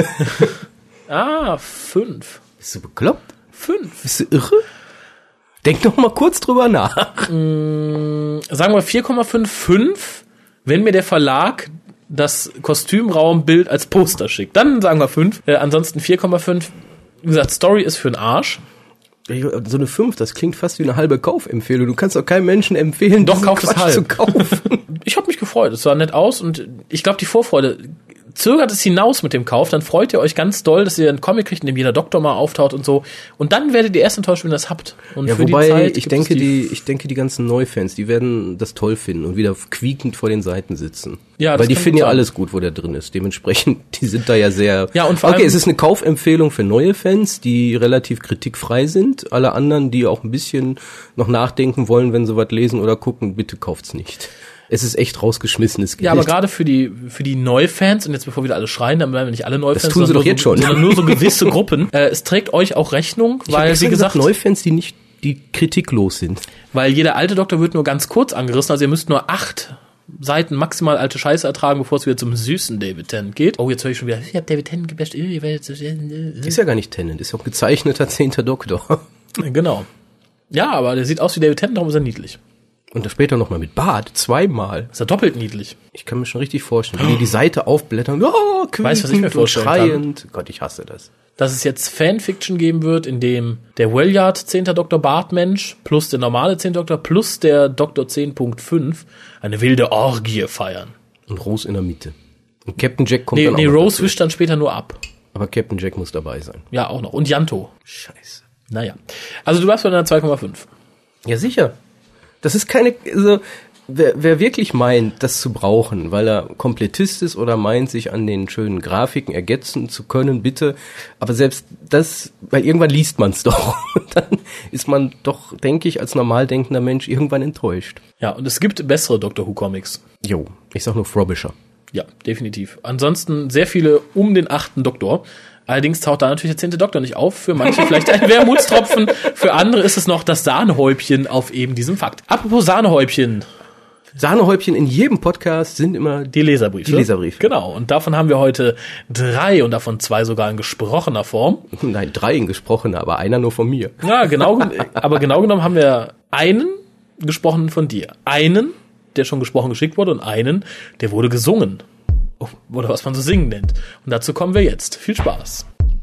5. Bist du bekloppt? 5. Bist du irre? Denk doch mal kurz drüber nach. Sagen wir 4,5, wenn mir der Verlag das Kostümraumbild als Poster schickt. Dann sagen wir 5. Ansonsten 4,5. Wie gesagt, Story ist für den Arsch. So eine 5, das klingt fast wie eine halbe Kaufempfehlung. Du kannst doch keinem Menschen empfehlen, doch kauft es halb zu kaufen. Ich habe mich gefreut. Es sah nett aus und ich glaube, die Vorfreude zögert es hinaus mit dem Kauf, dann freut ihr euch ganz doll, dass ihr einen Comic kriegt, in dem jeder Doktor mal auftaucht und so. Und dann werdet ihr erst enttäuscht, wenn ihr das habt. Und ja, für wobei, die Zeit ich denke, die ganzen Neufans, die werden das toll finden und wieder quiekend vor den Seiten sitzen. Ja, weil die finden ja alles gut, wo der drin ist. Dementsprechend, die sind da ja sehr... Ja, und vor allem, okay, es ist eine Kaufempfehlung für neue Fans, die relativ kritikfrei sind. Alle anderen, die auch ein bisschen noch nachdenken wollen, wenn sie was lesen oder gucken, bitte kauft's nicht. Es ist echt rausgeschmissenes Geld. Ja, aber gerade für die Neufans, und jetzt bevor wieder alle schreien, dann bleiben wir nicht alle Neufans. Das tun sie doch jetzt schon. Sondern nur so gewisse Gruppen. Es trägt euch auch Rechnung, weil, wie gesagt, Neufans, die nicht die kritiklos sind. Weil jeder alte Doktor wird nur ganz kurz angerissen, also ihr müsst nur 8 Seiten maximal alte Scheiße ertragen, bevor es wieder zum süßen David Tennant geht. Oh, jetzt höre ich schon wieder, ich habe David Tennant gebasht. Ist ja gar nicht Tennant, ist ja auch gezeichneter 10. Doktor. Genau. Ja, aber der sieht aus wie David Tennant, darum ist er niedlich. Und das später nochmal mit Bart, 2-mal. Ist ja doppelt niedlich. Ich kann mir schon richtig vorstellen, wie die Seite aufblättern, Weißt du, was ich mir vorstellen schreiend. Gott, ich hasse das. Dass es jetzt Fanfiction geben wird, in dem der Wellard 10. Dr. Bartmensch plus der normale 10. Doktor plus der Doktor 10.5 eine wilde Orgie feiern. Und Rose in der Mitte. Und Captain Jack kommt dann auch Nee, noch Rose dazu. wischt dann später nur ab. Aber Captain Jack muss dabei sein. Ja, auch noch. Und Janto. Scheiße. Naja. Also du warst bei deiner 2,5. Ja, sicher. Das ist keine, also, wer wirklich meint, das zu brauchen, weil er Komplettist ist oder meint, sich an den schönen Grafiken ergötzen zu können, bitte. Aber selbst das, weil irgendwann liest man es doch. Und dann ist man doch, denke ich, als normal denkender Mensch irgendwann enttäuscht. Ja, und es gibt bessere Doctor Who Comics. Jo, ich sag nur Frobisher. Ja, definitiv. Ansonsten sehr viele um den 8. Doktor. Allerdings taucht da natürlich der 10. Doktor nicht auf. Für manche vielleicht ein Wermutstropfen. Für andere ist es noch das Sahnehäubchen auf eben diesem Fakt. Apropos Sahnehäubchen. Sahnehäubchen in jedem Podcast sind immer Die Leserbriefe. Die Leserbriefe. Genau. Und davon haben wir heute 3 und davon 2 sogar in gesprochener Form. Nein, 3 in gesprochener, aber einer nur von mir. Ja, genau. Aber genau genommen haben wir einen gesprochen von dir. Einen, der schon gesprochen geschickt wurde und einen, der wurde gesungen. Oder was man so singen nennt. Und dazu kommen wir jetzt. Viel Spaß.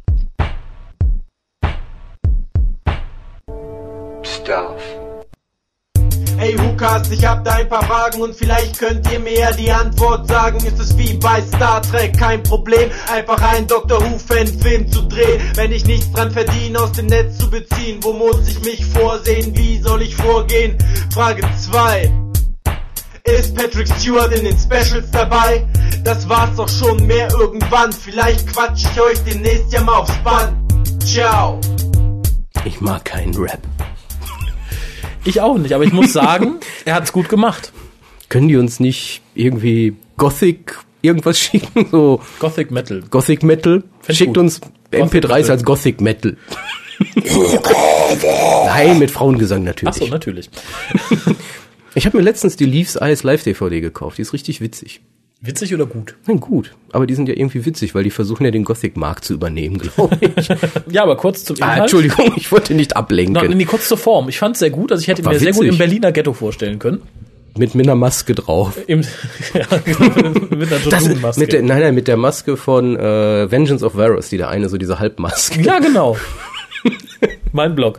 Stuff. Hey Hukas, ich hab da ein paar Fragen und vielleicht könnt ihr mir die Antwort sagen. Ist es wie bei Star Trek kein Problem, einfach einen Doctor Who-Fan-Film zu drehen? Wenn ich nichts dran verdiene, aus dem Netz zu beziehen, wo muss ich mich vorsehen, wie soll ich vorgehen? Frage 2. Ist Patrick Stewart in den Specials dabei? Das war's doch schon, mehr irgendwann. Vielleicht quatsch ich euch demnächst ja mal aufs Band. Ciao. Ich mag keinen Rap. Ich auch nicht, aber ich muss sagen, er hat's gut gemacht. Können die uns nicht irgendwie Gothic irgendwas schicken? So Gothic Metal. Gothic Metal? Find's Schickt gut. uns MP3s Metal. als Gothic Metal. Nein, mit Frauengesang natürlich. Ach so, natürlich. Ich habe mir letztens die Leaves Eyes Live-DVD gekauft. Die ist richtig witzig. Witzig oder gut? Nein, gut. Aber die sind ja irgendwie witzig, weil die versuchen ja den Gothic-Markt zu übernehmen, glaube ich. Ja, aber kurz zum Inhalt. Entschuldigung, ich wollte nicht ablenken. Nee, kurz zur Form. Ich fand's sehr gut. Also ich hätte War mir sehr gut witzig. im Berliner Ghetto vorstellen können. Mit einer Maske drauf. Ja, mit einer Jotun-Maske. Mit der Maske von Vengeance of Varus, die der eine so diese Halbmaske. Ja, genau. Mein Blog.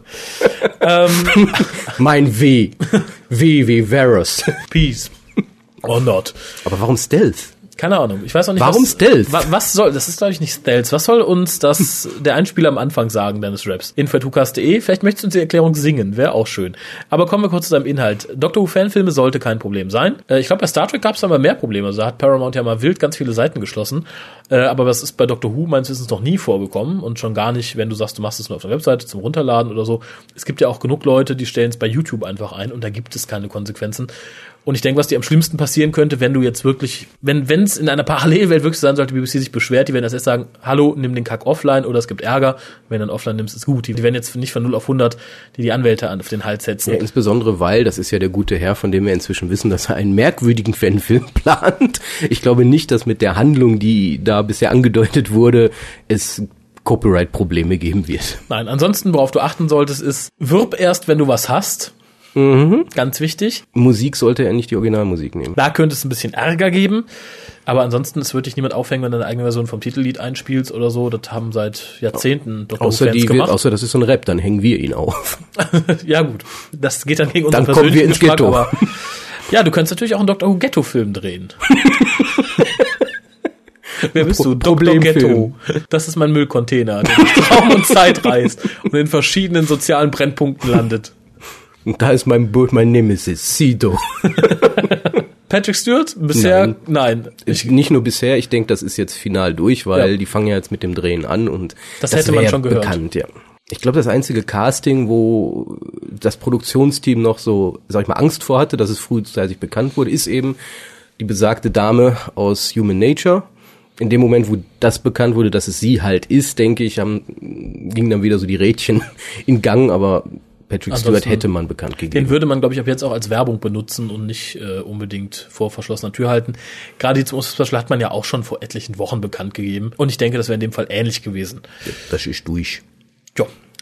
Mein W wie Varus. Peace. Or not. Aber warum Stealth? Keine Ahnung. Ich weiß auch nicht, Warum Stealth? Was soll, das ist glaube ich nicht Stealth. Was soll uns der Einspieler am Anfang sagen deines Raps? info@hukas.de. Vielleicht möchtest du uns die Erklärung singen. Wäre auch schön. Aber kommen wir kurz zu deinem Inhalt. Doctor Who Fanfilme sollte kein Problem sein. Ich glaube, bei Star Trek gab es aber mehr Probleme. Also da hat Paramount ja mal wild ganz viele Seiten geschlossen. Aber das ist bei Doctor Who meines Wissens noch nie vorgekommen. Und schon gar nicht, wenn du sagst, du machst es nur auf der Webseite zum Runterladen oder so. Es gibt ja auch genug Leute, die stellen es bei YouTube einfach ein und da gibt es keine Konsequenzen. Und ich denke, was dir am schlimmsten passieren könnte, wenn du jetzt wirklich, wenn es in einer Parallelwelt wirklich sein sollte, BBC sich beschwert, die werden erst sagen, hallo, nimm den Kack offline oder es gibt Ärger. Wenn du ihn offline nimmst, ist gut. Die werden jetzt nicht von 0 auf 100 die Anwälte auf den Hals setzen. Ja, insbesondere, weil, das ist ja der gute Herr, von dem wir inzwischen wissen, dass er einen merkwürdigen Fanfilm plant. Ich glaube nicht, dass mit der Handlung, die da bisher angedeutet wurde, es Copyright-Probleme geben wird. Nein, ansonsten, worauf du achten solltest, ist, wirb erst, wenn du was hast. Ganz wichtig. Musik sollte er nicht die Originalmusik nehmen. Da könnte es ein bisschen Ärger geben. Aber ansonsten, es wird dich niemand aufhängen, wenn du eine eigene Version vom Titellied einspielst oder so. Das haben seit Jahrzehnten Doctor Who-Fans gemacht. Außer das ist so ein Rap, dann hängen wir ihn auf. Ja gut, das geht dann gegen unseren Dann kommen wir persönlichen ins Geschmack. Ghetto. Aber ja, du könntest natürlich auch einen Doctor Who Ghetto-Film drehen. Wer bist du? Dr. Problemfilm. Ghetto. Das ist mein Müllcontainer, der durch Raum und Zeit reist und in verschiedenen sozialen Brennpunkten landet. Und da ist mein Nemesis, Sido. Patrick Stewart? Bisher? Nein. Nicht nur bisher, ich denke, das ist jetzt final durch, weil die fangen ja jetzt mit dem Drehen an und Das hätte man wär schon gehört. Bekannt, ja. Ich glaube, das einzige Casting, wo das Produktionsteam noch so, sag ich mal, Angst vor hatte, dass es frühzeitig bekannt wurde, ist eben die besagte Dame aus Human Nature. In dem Moment, wo das bekannt wurde, dass es sie halt ist, denke ich, gingen dann wieder so die Rädchen in Gang, aber Patrick Stewart hätte man bekannt gegeben. Den würde man, glaube ich, ab jetzt auch als Werbung benutzen und nicht unbedingt vor verschlossener Tür halten. Gerade die zum Special hat man ja auch schon vor etlichen Wochen bekannt gegeben. Und ich denke, das wäre in dem Fall ähnlich gewesen. Das ist durch. Ja.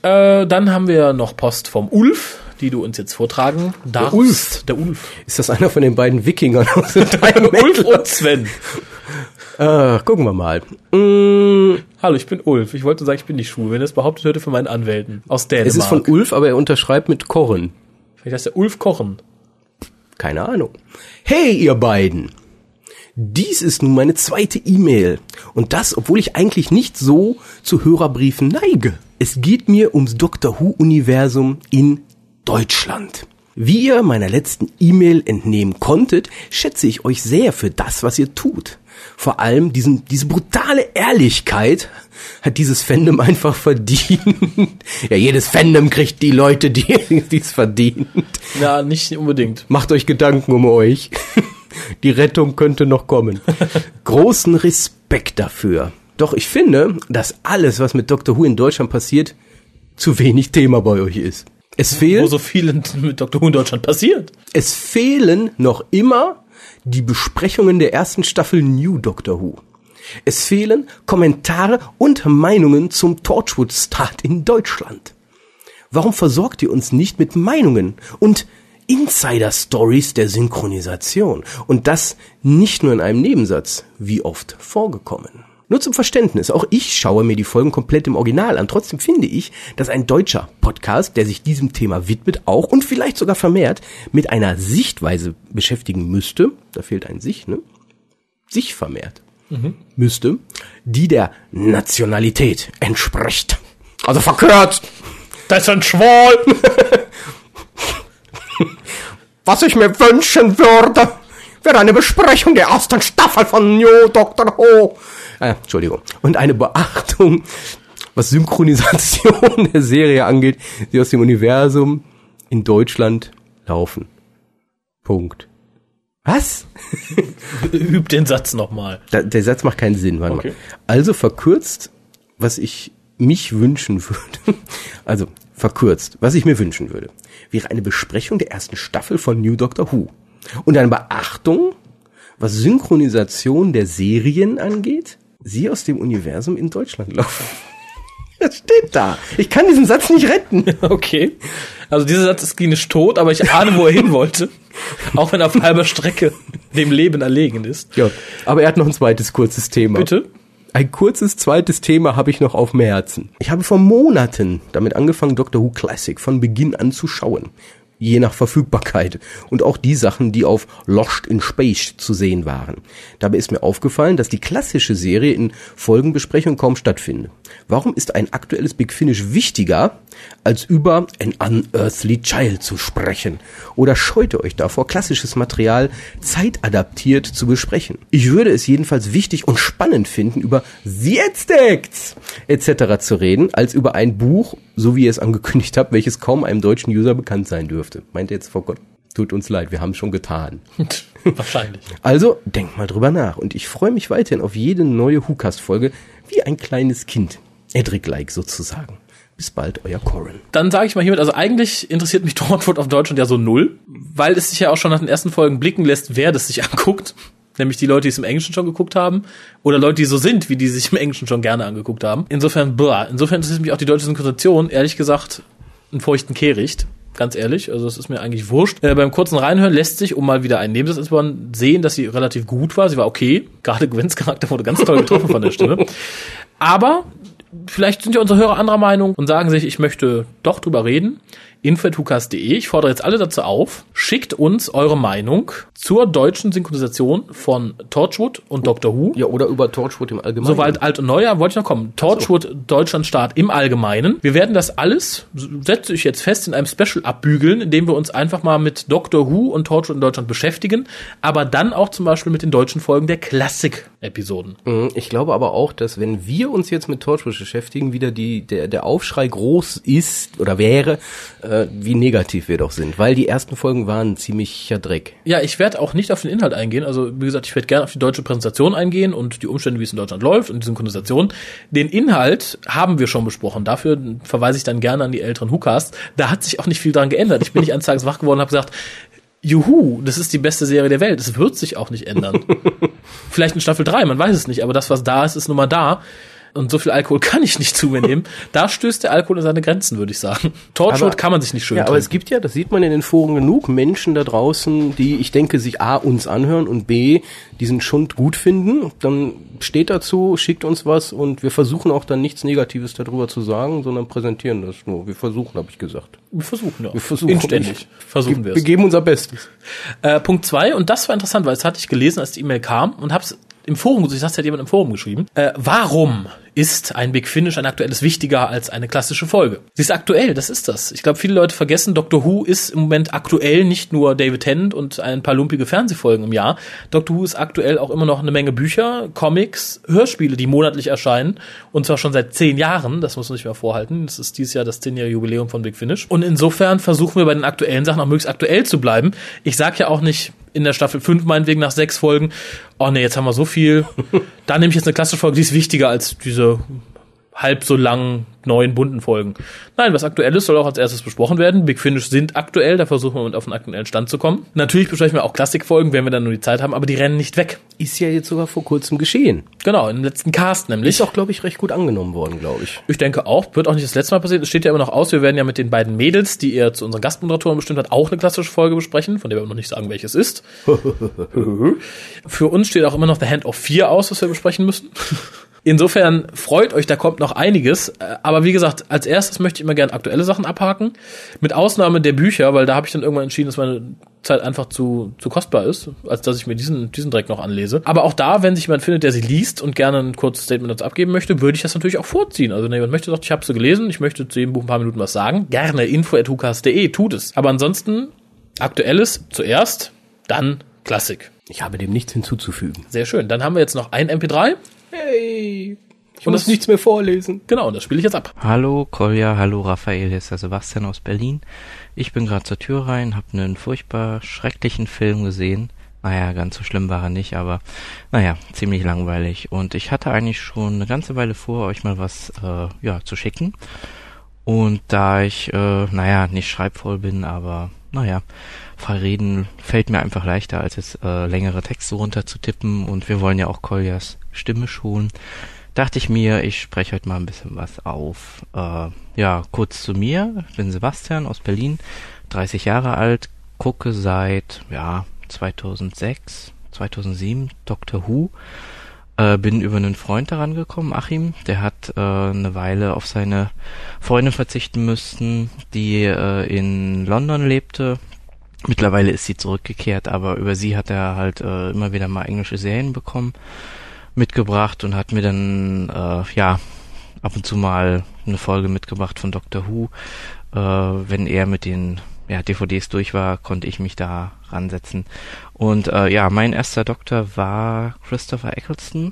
Dann haben wir noch Post vom Ulf, die du uns jetzt vortragen darfst. Der Ulf. Ist das einer von den beiden Wikingern aus dem Ulf und Sven. Gucken wir mal. Hallo, ich bin Ulf. Ich wollte sagen, ich bin nicht schwul. Wenn er es behauptet hätte von meinen Anwälten aus Dänemark. Es ist von Ulf, aber er unterschreibt mit Korren. Vielleicht heißt der Ulf Kochen. Keine Ahnung. Hey, ihr beiden! Dies ist nun meine zweite E-Mail. Und das, obwohl ich eigentlich nicht so zu Hörerbriefen neige. Es geht mir ums Doctor Who-Universum in Deutschland. Wie ihr meiner letzten E-Mail entnehmen konntet, schätze ich euch sehr für das, was ihr tut. Vor allem diese brutale Ehrlichkeit hat dieses Fandom einfach verdient. Ja, jedes Fandom kriegt die Leute, die es verdient. Ja, nicht unbedingt. Macht euch Gedanken um euch. Die Rettung könnte noch kommen. Großen Respekt dafür. Doch ich finde, dass alles, was mit Doctor Who in Deutschland passiert, zu wenig Thema bei euch ist. Wo so viel mit Doctor Who in Deutschland passiert. Es fehlen noch immer die Besprechungen der ersten Staffel New Doctor Who. Es fehlen Kommentare und Meinungen zum Torchwood-Start in Deutschland. Warum versorgt ihr uns nicht mit Meinungen und Insider-Stories der Synchronisation? Und das nicht nur in einem Nebensatz, wie oft vorgekommen. Nur zum Verständnis, auch ich schaue mir die Folgen komplett im Original an. Trotzdem finde ich, dass ein deutscher Podcast, der sich diesem Thema widmet, auch und vielleicht sogar vermehrt mit einer Sichtweise beschäftigen müsste, da fehlt ein sich, ne? Sich vermehrt müsste, die der Nationalität entspricht. Also verkürzt. Das ist ein Schwul. Was ich mir wünschen würde, wäre eine Besprechung der ersten Staffel von New Doctor Who. Entschuldigung. Und eine Beachtung, was Synchronisation der Serie angeht, die aus dem Universum in Deutschland laufen. Punkt. Was? Üb den Satz nochmal. Der Satz macht keinen Sinn. Warte Okay. mal. Also verkürzt, was ich mich wünschen würde, also verkürzt, was ich mir wünschen würde, wäre eine Besprechung der ersten Staffel von New Doctor Who. Und eine Beachtung, was Synchronisation der Serien angeht, sie aus dem Universum in Deutschland laufen. Das steht da. Ich kann diesen Satz nicht retten. Okay. Also dieser Satz ist klinisch tot, aber ich ahne, wo er hin wollte. Auch wenn er auf halber Strecke dem Leben erlegen ist. Ja, aber er hat noch ein zweites kurzes Thema. Bitte? Ein kurzes zweites Thema habe ich noch auf dem Herzen. Ich habe vor Monaten damit angefangen, Doctor Who Classic von Beginn an zu schauen. Je nach Verfügbarkeit. Und auch die Sachen, die auf Lost in Space zu sehen waren. Dabei ist mir aufgefallen, dass die klassische Serie in Folgenbesprechungen kaum stattfindet. Warum ist ein aktuelles Big Finish wichtiger, als über An Unearthly Child zu sprechen? Oder scheut ihr euch davor, klassisches Material zeitadaptiert zu besprechen? Ich würde es jedenfalls wichtig und spannend finden, über The Aztecs etc. zu reden, als über ein Buch, so wie ihr es angekündigt habt, welches kaum einem deutschen User bekannt sein dürfte. Meint ihr jetzt, vor Gott, tut uns leid, wir haben es schon getan. Wahrscheinlich. Also, denkt mal drüber nach. Und ich freue mich weiterhin auf jede neue WhoCast-Folge, wie ein kleines Kind. Edric-like sozusagen. Bis bald, euer Corin. Dann sage ich mal hiermit, also eigentlich interessiert mich Torchwood auf Deutschland ja so null, weil es sich ja auch schon nach den ersten Folgen blicken lässt, wer das sich anguckt. Nämlich die Leute, die es im Englischen schon geguckt haben. Oder Leute, die so sind, wie die sich im Englischen schon gerne angeguckt haben. Insofern interessiert mich auch die deutsche Synchronisation, ehrlich gesagt, einen feuchten Kehricht. Ganz ehrlich, also es ist mir eigentlich wurscht. Beim kurzen Reinhören lässt sich, um mal wieder einen Nebensatz sehen, dass sie relativ gut war. Sie war okay. Gerade Gwens Charakter wurde ganz toll getroffen von der Stimme. Aber vielleicht sind ja unsere Hörer anderer Meinung und sagen sich, ich möchte doch drüber reden. info@whocast.de. Ich fordere jetzt alle dazu auf, schickt uns eure Meinung zur deutschen Synchronisation von Torchwood und Doctor Who. Ja, oder über Torchwood im Allgemeinen. Soweit alt und neu, wollte ich noch kommen. Torchwood, Deutschlandstart im Allgemeinen. Wir werden das alles, setze ich jetzt fest, in einem Special abbügeln, indem wir uns einfach mal mit Doctor Who und Torchwood in Deutschland beschäftigen, aber dann auch zum Beispiel mit den deutschen Folgen der Klassik-Episoden. Ich glaube aber auch, dass wenn wir uns jetzt mit Torchwood beschäftigen, wieder der Aufschrei groß ist oder wäre, wie negativ wir doch sind, weil die ersten Folgen waren ziemlicher Dreck. Ja, ich werde auch nicht auf den Inhalt eingehen, also wie gesagt, ich werde gerne auf die deutsche Präsentation eingehen und die Umstände, wie es in Deutschland läuft und die Synchronisation. Den Inhalt haben wir schon besprochen, dafür verweise ich dann gerne an die älteren WhoCasts. Da hat sich auch nicht viel dran geändert. Ich bin nicht eines Tages wach geworden und habe gesagt, juhu, das ist die beste Serie der Welt. Es wird sich auch nicht ändern. Vielleicht in Staffel 3, man weiß es nicht, aber das, was da ist, ist nun mal da. und so viel Alkohol kann ich nicht zu mir nehmen, da stößt der Alkohol in seine Grenzen, würde ich sagen. Torchwood kann man sich nicht schön aber es gibt ja, das sieht man in den Foren, genug Menschen da draußen, die, ich denke, sich A, uns anhören und B, diesen Schund gut finden. Dann steht dazu, schickt uns was und wir versuchen auch dann nichts Negatives darüber zu sagen, sondern präsentieren das nur. Wir versuchen, habe ich gesagt. Wir versuchen, ja. Wir versuchen. Inständig versuchen wir es. Wir geben unser Bestes. Punkt 2, und das war interessant, weil das hatte ich gelesen, als die E-Mail kam und hab's im Forum, ich sag's, hat jemand im Forum geschrieben. Warum ist ein Big Finish, ein aktuelles, wichtiger als eine klassische Folge? Sie ist aktuell, das ist das. Ich glaube, viele Leute vergessen, Doctor Who ist im Moment aktuell nicht nur David Tennant und ein paar lumpige Fernsehfolgen im Jahr. Doctor Who ist aktuell auch immer noch eine Menge Bücher, Comics, Hörspiele, die monatlich erscheinen. Und zwar schon seit 10 Jahren, das muss man nicht mehr vorhalten. Das ist dieses Jahr das 10-jährige Jubiläum von Big Finish. Und insofern versuchen wir bei den aktuellen Sachen auch möglichst aktuell zu bleiben. Ich sag ja auch nicht, in der Staffel 5 meinetwegen nach 6 Folgen, oh ne, jetzt haben wir so viel, da nehme ich jetzt eine klassische Folge, die ist wichtiger als diese halb so langen, neuen, bunten Folgen. Nein, was aktuell ist, soll auch als erstes besprochen werden. Big Finish sind aktuell, da versuchen wir auf einen aktuellen Stand zu kommen. Natürlich besprechen wir auch Klassikfolgen, wenn wir dann nur die Zeit haben, aber die rennen nicht weg. Ist ja jetzt sogar vor kurzem geschehen. Genau, im letzten Cast nämlich. Ist auch, glaube ich, recht gut angenommen worden, glaube ich. Ich denke auch, wird auch nicht das letzte Mal passieren. Es steht ja immer noch aus, wir werden ja mit den beiden Mädels, die ihr zu unseren Gastmoderatoren bestimmt hat, auch eine klassische Folge besprechen, von der wir noch nicht sagen, welches ist. Für uns steht auch immer noch The Hand of 4 aus, was wir besprechen müssen. Insofern freut euch, da kommt noch einiges. Aber wie gesagt, als erstes möchte ich immer gerne aktuelle Sachen abhaken. Mit Ausnahme der Bücher, weil da habe ich dann irgendwann entschieden, dass meine Zeit einfach zu kostbar ist, als dass ich mir diesen Dreck noch anlese. Aber auch da, wenn sich jemand findet, der sie liest und gerne ein kurzes Statement dazu abgeben möchte, würde ich das natürlich auch vorziehen. Also wenn jemand möchte, sagt, ich habe sie gelesen, ich möchte zu jedem Buch ein paar Minuten was sagen, gerne info@hukas.de, tut es. Aber ansonsten Aktuelles zuerst, dann Klassik. Ich habe dem nichts hinzuzufügen. Sehr schön. Dann haben wir jetzt noch ein MP3. Hey, ich muss nichts mehr vorlesen. Genau, das spiele ich jetzt ab. Hallo Kolja, hallo Raphael, hier ist der Sebastian aus Berlin. Ich bin gerade zur Tür rein, habe einen furchtbar schrecklichen Film gesehen. Naja, ganz so schlimm war er nicht, aber naja, ziemlich langweilig. Und ich hatte eigentlich schon eine ganze Weile vor, euch mal was zu schicken. Und da ich, nicht schreibvoll bin, aber frei reden fällt mir einfach leichter, als jetzt längere Texte runterzutippen. Und wir wollen ja auch Koljas Stimme schulen. Dachte ich mir, ich spreche heute mal ein bisschen was auf. Kurz zu mir. Ich bin Sebastian aus Berlin, 30 Jahre alt, gucke seit 2006, 2007 Doctor Who. Bin über einen Freund daran gekommen, Achim, der hat eine Weile auf seine Freundin verzichten müssen, die in London lebte. Mittlerweile ist sie zurückgekehrt, aber über sie hat er halt immer wieder mal englische Serien mitgebracht und hat mir dann ab und zu mal eine Folge mitgebracht von Doctor Who. Wenn er mit den DVDs durch war, konnte ich mich da ransetzen. Und mein erster Doktor war Christopher Eccleston.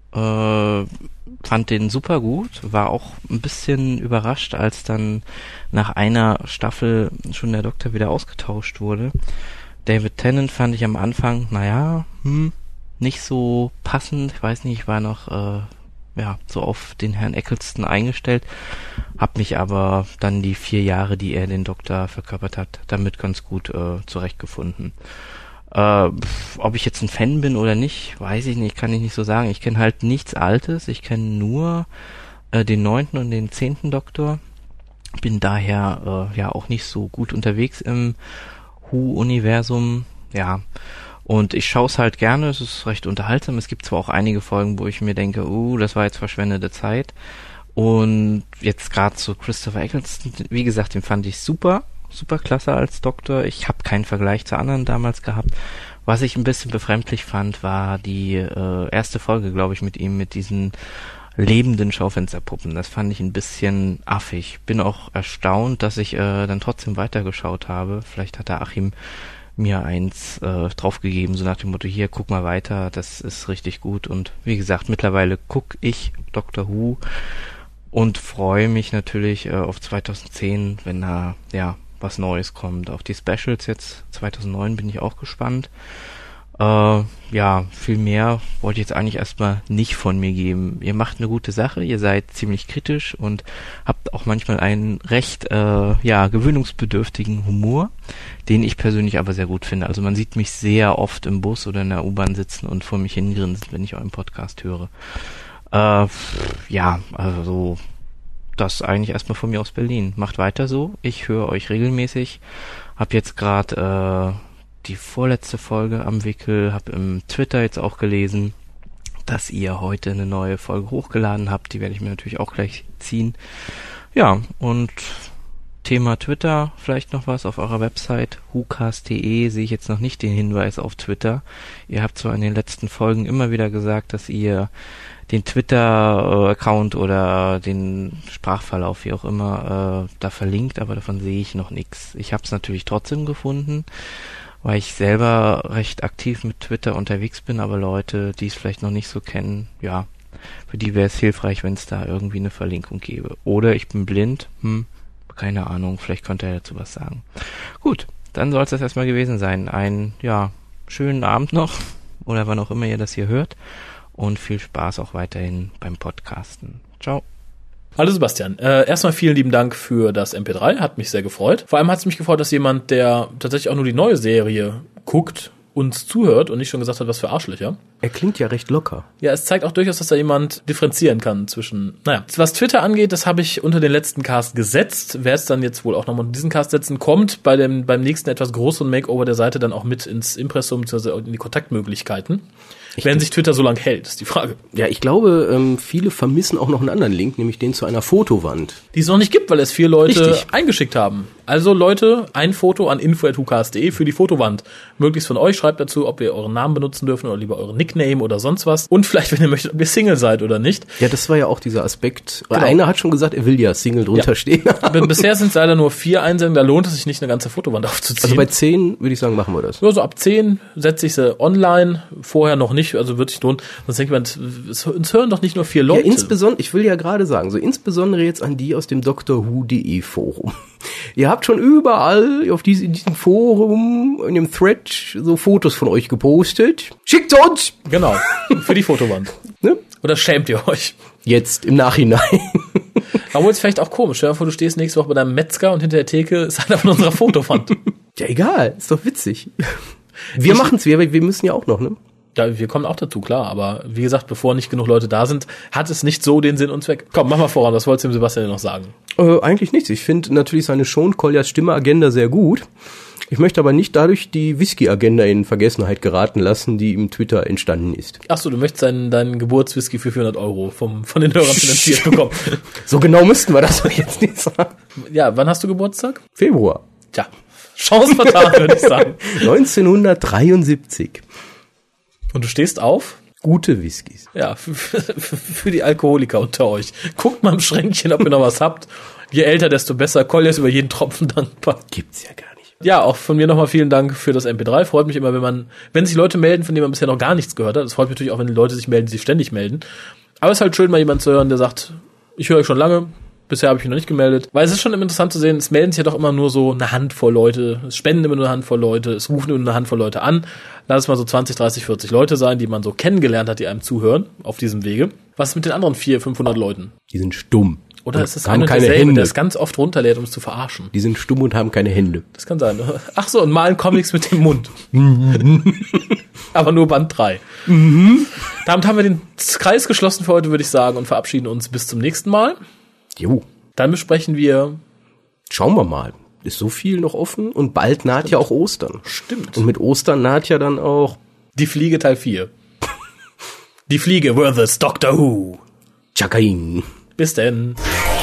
Fand den super gut, war auch ein bisschen überrascht, als dann nach einer Staffel schon der Doktor wieder ausgetauscht wurde. David Tennant fand ich am Anfang, nicht so passend. Ich weiß nicht, ich war noch so auf den Herrn Eccleston eingestellt, hab mich aber dann die 4 Jahre, die er den Doktor verkörpert hat, damit ganz gut zurechtgefunden. Ob ich jetzt ein Fan bin oder nicht, weiß ich nicht, kann ich nicht so sagen. Ich kenne halt nichts Altes, ich kenne nur den 9. und den 10. Doktor, bin daher auch nicht so gut unterwegs im Who-Universum, und ich schaue es halt gerne, es ist recht unterhaltsam. Es gibt zwar auch einige Folgen, wo ich mir denke, das war jetzt verschwendete Zeit. Und jetzt gerade zu Christopher Eccleston, wie gesagt, den fand ich super klasse als Doktor. Ich habe keinen Vergleich zu anderen damals gehabt. Was ich ein bisschen befremdlich fand, war die erste Folge, glaube ich, mit ihm, mit diesen lebenden Schaufensterpuppen. Das fand ich ein bisschen affig. Bin auch erstaunt, dass ich dann trotzdem weitergeschaut habe. Vielleicht hat der Achim mir eins draufgegeben, so nach dem Motto, hier, guck mal weiter, das ist richtig gut. Und wie gesagt, mittlerweile gucke ich Doctor Who und freue mich natürlich auf 2010, wenn da was Neues kommt. Auf die Specials jetzt 2009 bin ich auch gespannt. Viel mehr wollte ich jetzt eigentlich erstmal nicht von mir geben. Ihr macht eine gute Sache, ihr seid ziemlich kritisch und habt auch manchmal einen recht gewöhnungsbedürftigen Humor, den ich persönlich aber sehr gut finde. Also man sieht mich sehr oft im Bus oder in der U-Bahn sitzen und vor mich hingrinsen, wenn ich euren Podcast höre. Ja, also das eigentlich erstmal von mir aus Berlin. Macht weiter so. Ich höre euch regelmäßig. Hab jetzt gerade die vorletzte Folge am Wickel, hab im Twitter jetzt auch gelesen, dass ihr heute eine neue Folge hochgeladen habt. Die werde ich mir natürlich auch gleich ziehen. Ja, und Thema Twitter, vielleicht noch was auf eurer Website, hucast.de, sehe ich jetzt noch nicht den Hinweis auf Twitter. Ihr habt zwar in den letzten Folgen immer wieder gesagt, dass ihr den Twitter-Account oder den Sprachverlauf, wie auch immer, da verlinkt, aber davon sehe ich noch nichts. Ich habe es natürlich trotzdem gefunden, weil ich selber recht aktiv mit Twitter unterwegs bin, aber Leute, die es vielleicht noch nicht so kennen, ja, für die wäre es hilfreich, wenn es da irgendwie eine Verlinkung gäbe. Oder ich bin blind, keine Ahnung, vielleicht könnt ihr dazu was sagen. Gut, dann soll es das erstmal gewesen sein. Einen, ja, schönen Abend noch, oder wann auch immer ihr das hier hört. Und viel Spaß auch weiterhin beim Podcasten. Ciao. Hallo Sebastian. Erstmal vielen lieben Dank für das MP3, hat mich sehr gefreut. Vor allem hat es mich gefreut, dass jemand, der tatsächlich auch nur die neue Serie guckt, uns zuhört und nicht schon gesagt hat, was für Arschlöcher. Er klingt ja recht locker. Ja, es zeigt auch durchaus, dass da jemand differenzieren kann zwischen, was Twitter angeht, das habe ich unter den letzten Cast gesetzt. Wer es dann jetzt wohl auch nochmal unter diesen Cast setzen, kommt beim nächsten etwas größeren Makeover der Seite dann auch mit ins Impressum, beziehungsweise in die Kontaktmöglichkeiten. Wenn sich Twitter so lang hält, ist die Frage. Ja, ich glaube, viele vermissen auch noch einen anderen Link, nämlich den zu einer Fotowand. Die es noch nicht gibt, weil es 4 Leute eingeschickt haben. Also Leute, ein Foto an info@hucast.de für die Fotowand. Möglichst von euch, schreibt dazu, ob wir euren Namen benutzen dürfen oder lieber euren Nickname oder sonst was. Und vielleicht, wenn ihr möchtet, ob ihr Single seid oder nicht. Ja, das war ja auch dieser Aspekt. Genau. Einer hat schon gesagt, er will ja Single drunter stehen. Bisher sind es leider nur 4 Einsendungen, da lohnt es sich nicht, eine ganze Fotowand aufzuziehen. Also bei 10 würde ich sagen, machen wir das. Ja, so ab 10 setze ich sie online, vorher noch nicht, also wird sich lohnen. Sonst denkt man, uns hören doch nicht nur 4 Leute. Ja, insbesondere, ich will ja gerade sagen, so insbesondere jetzt an die aus dem DrWho.de Forum. Ihr habt schon überall in diesem Forum, in dem Thread, so Fotos von euch gepostet. Schickt uns! Genau, für die Fotowand. Ne? Oder schämt ihr euch? Jetzt, im Nachhinein. Aber ist vielleicht auch komisch. Stell dir vor, du stehst nächste Woche bei deinem Metzger und hinter der Theke ist einer von unserer Fotowand. Ja, egal, ist doch witzig. Wir machen's, wir müssen ja auch noch, ne? Ja, wir kommen auch dazu, klar. Aber wie gesagt, bevor nicht genug Leute da sind, hat es nicht so den Sinn und Zweck. Komm, mach mal voran. Was wolltest du dem Sebastian denn noch sagen? Eigentlich nichts. Ich finde natürlich seine Sean Colliers Stimme-Agenda sehr gut. Ich möchte aber nicht dadurch die Whisky-Agenda in Vergessenheit geraten lassen, die im Twitter entstanden ist. Ach so, du möchtest deinen Geburtswhisky für 400 € von den Hörern finanziert bekommen. So genau müssten wir das doch jetzt nicht sagen. Ja, wann hast du Geburtstag? Februar. Tja, Chance vertan, würde ich sagen. 1973. Und du stehst auf? Gute Whiskys. Ja, für die Alkoholiker unter euch. Guckt mal im Schränkchen, ob ihr noch was habt. Je älter, desto besser. Colliers über jeden Tropfen dankbar. Gibt's ja gar nicht. Ja, auch von mir nochmal vielen Dank für das MP3. Freut mich immer, wenn sich Leute melden, von denen man bisher noch gar nichts gehört hat. Es freut mich natürlich auch, wenn die Leute sich melden, die sich ständig melden. Aber es ist halt schön, mal jemanden zu hören, der sagt, ich höre euch schon lange. Bisher habe ich mich noch nicht gemeldet. Weil es ist schon immer interessant zu sehen, es melden sich ja doch immer nur so eine Handvoll Leute. Es spenden immer nur eine Handvoll Leute. Es rufen nur eine Handvoll Leute an. Lass es mal so 20, 30, 40 Leute sein, die man so kennengelernt hat, die einem zuhören auf diesem Wege. Was ist mit den anderen 400, 500 Leuten? Die sind stumm. Oder ist es haben ein und keine derselbe, Hände. der es ganz oft runterlädt, um es zu verarschen? Die sind stumm und haben keine Hände. Das kann sein. Ach so, und malen Comics mit dem Mund. Aber nur Band 3. Damit haben wir den Kreis geschlossen für heute, würde ich sagen, und verabschieden uns bis zum nächsten Mal. Jo. Dann besprechen wir... Schauen wir mal. Ist so viel noch offen und bald naht ja auch Ostern. Stimmt. Und mit Ostern naht ja dann auch... Die Fliege Teil 4. Die Fliege versus Doctor Who. Chakain. Bis denn.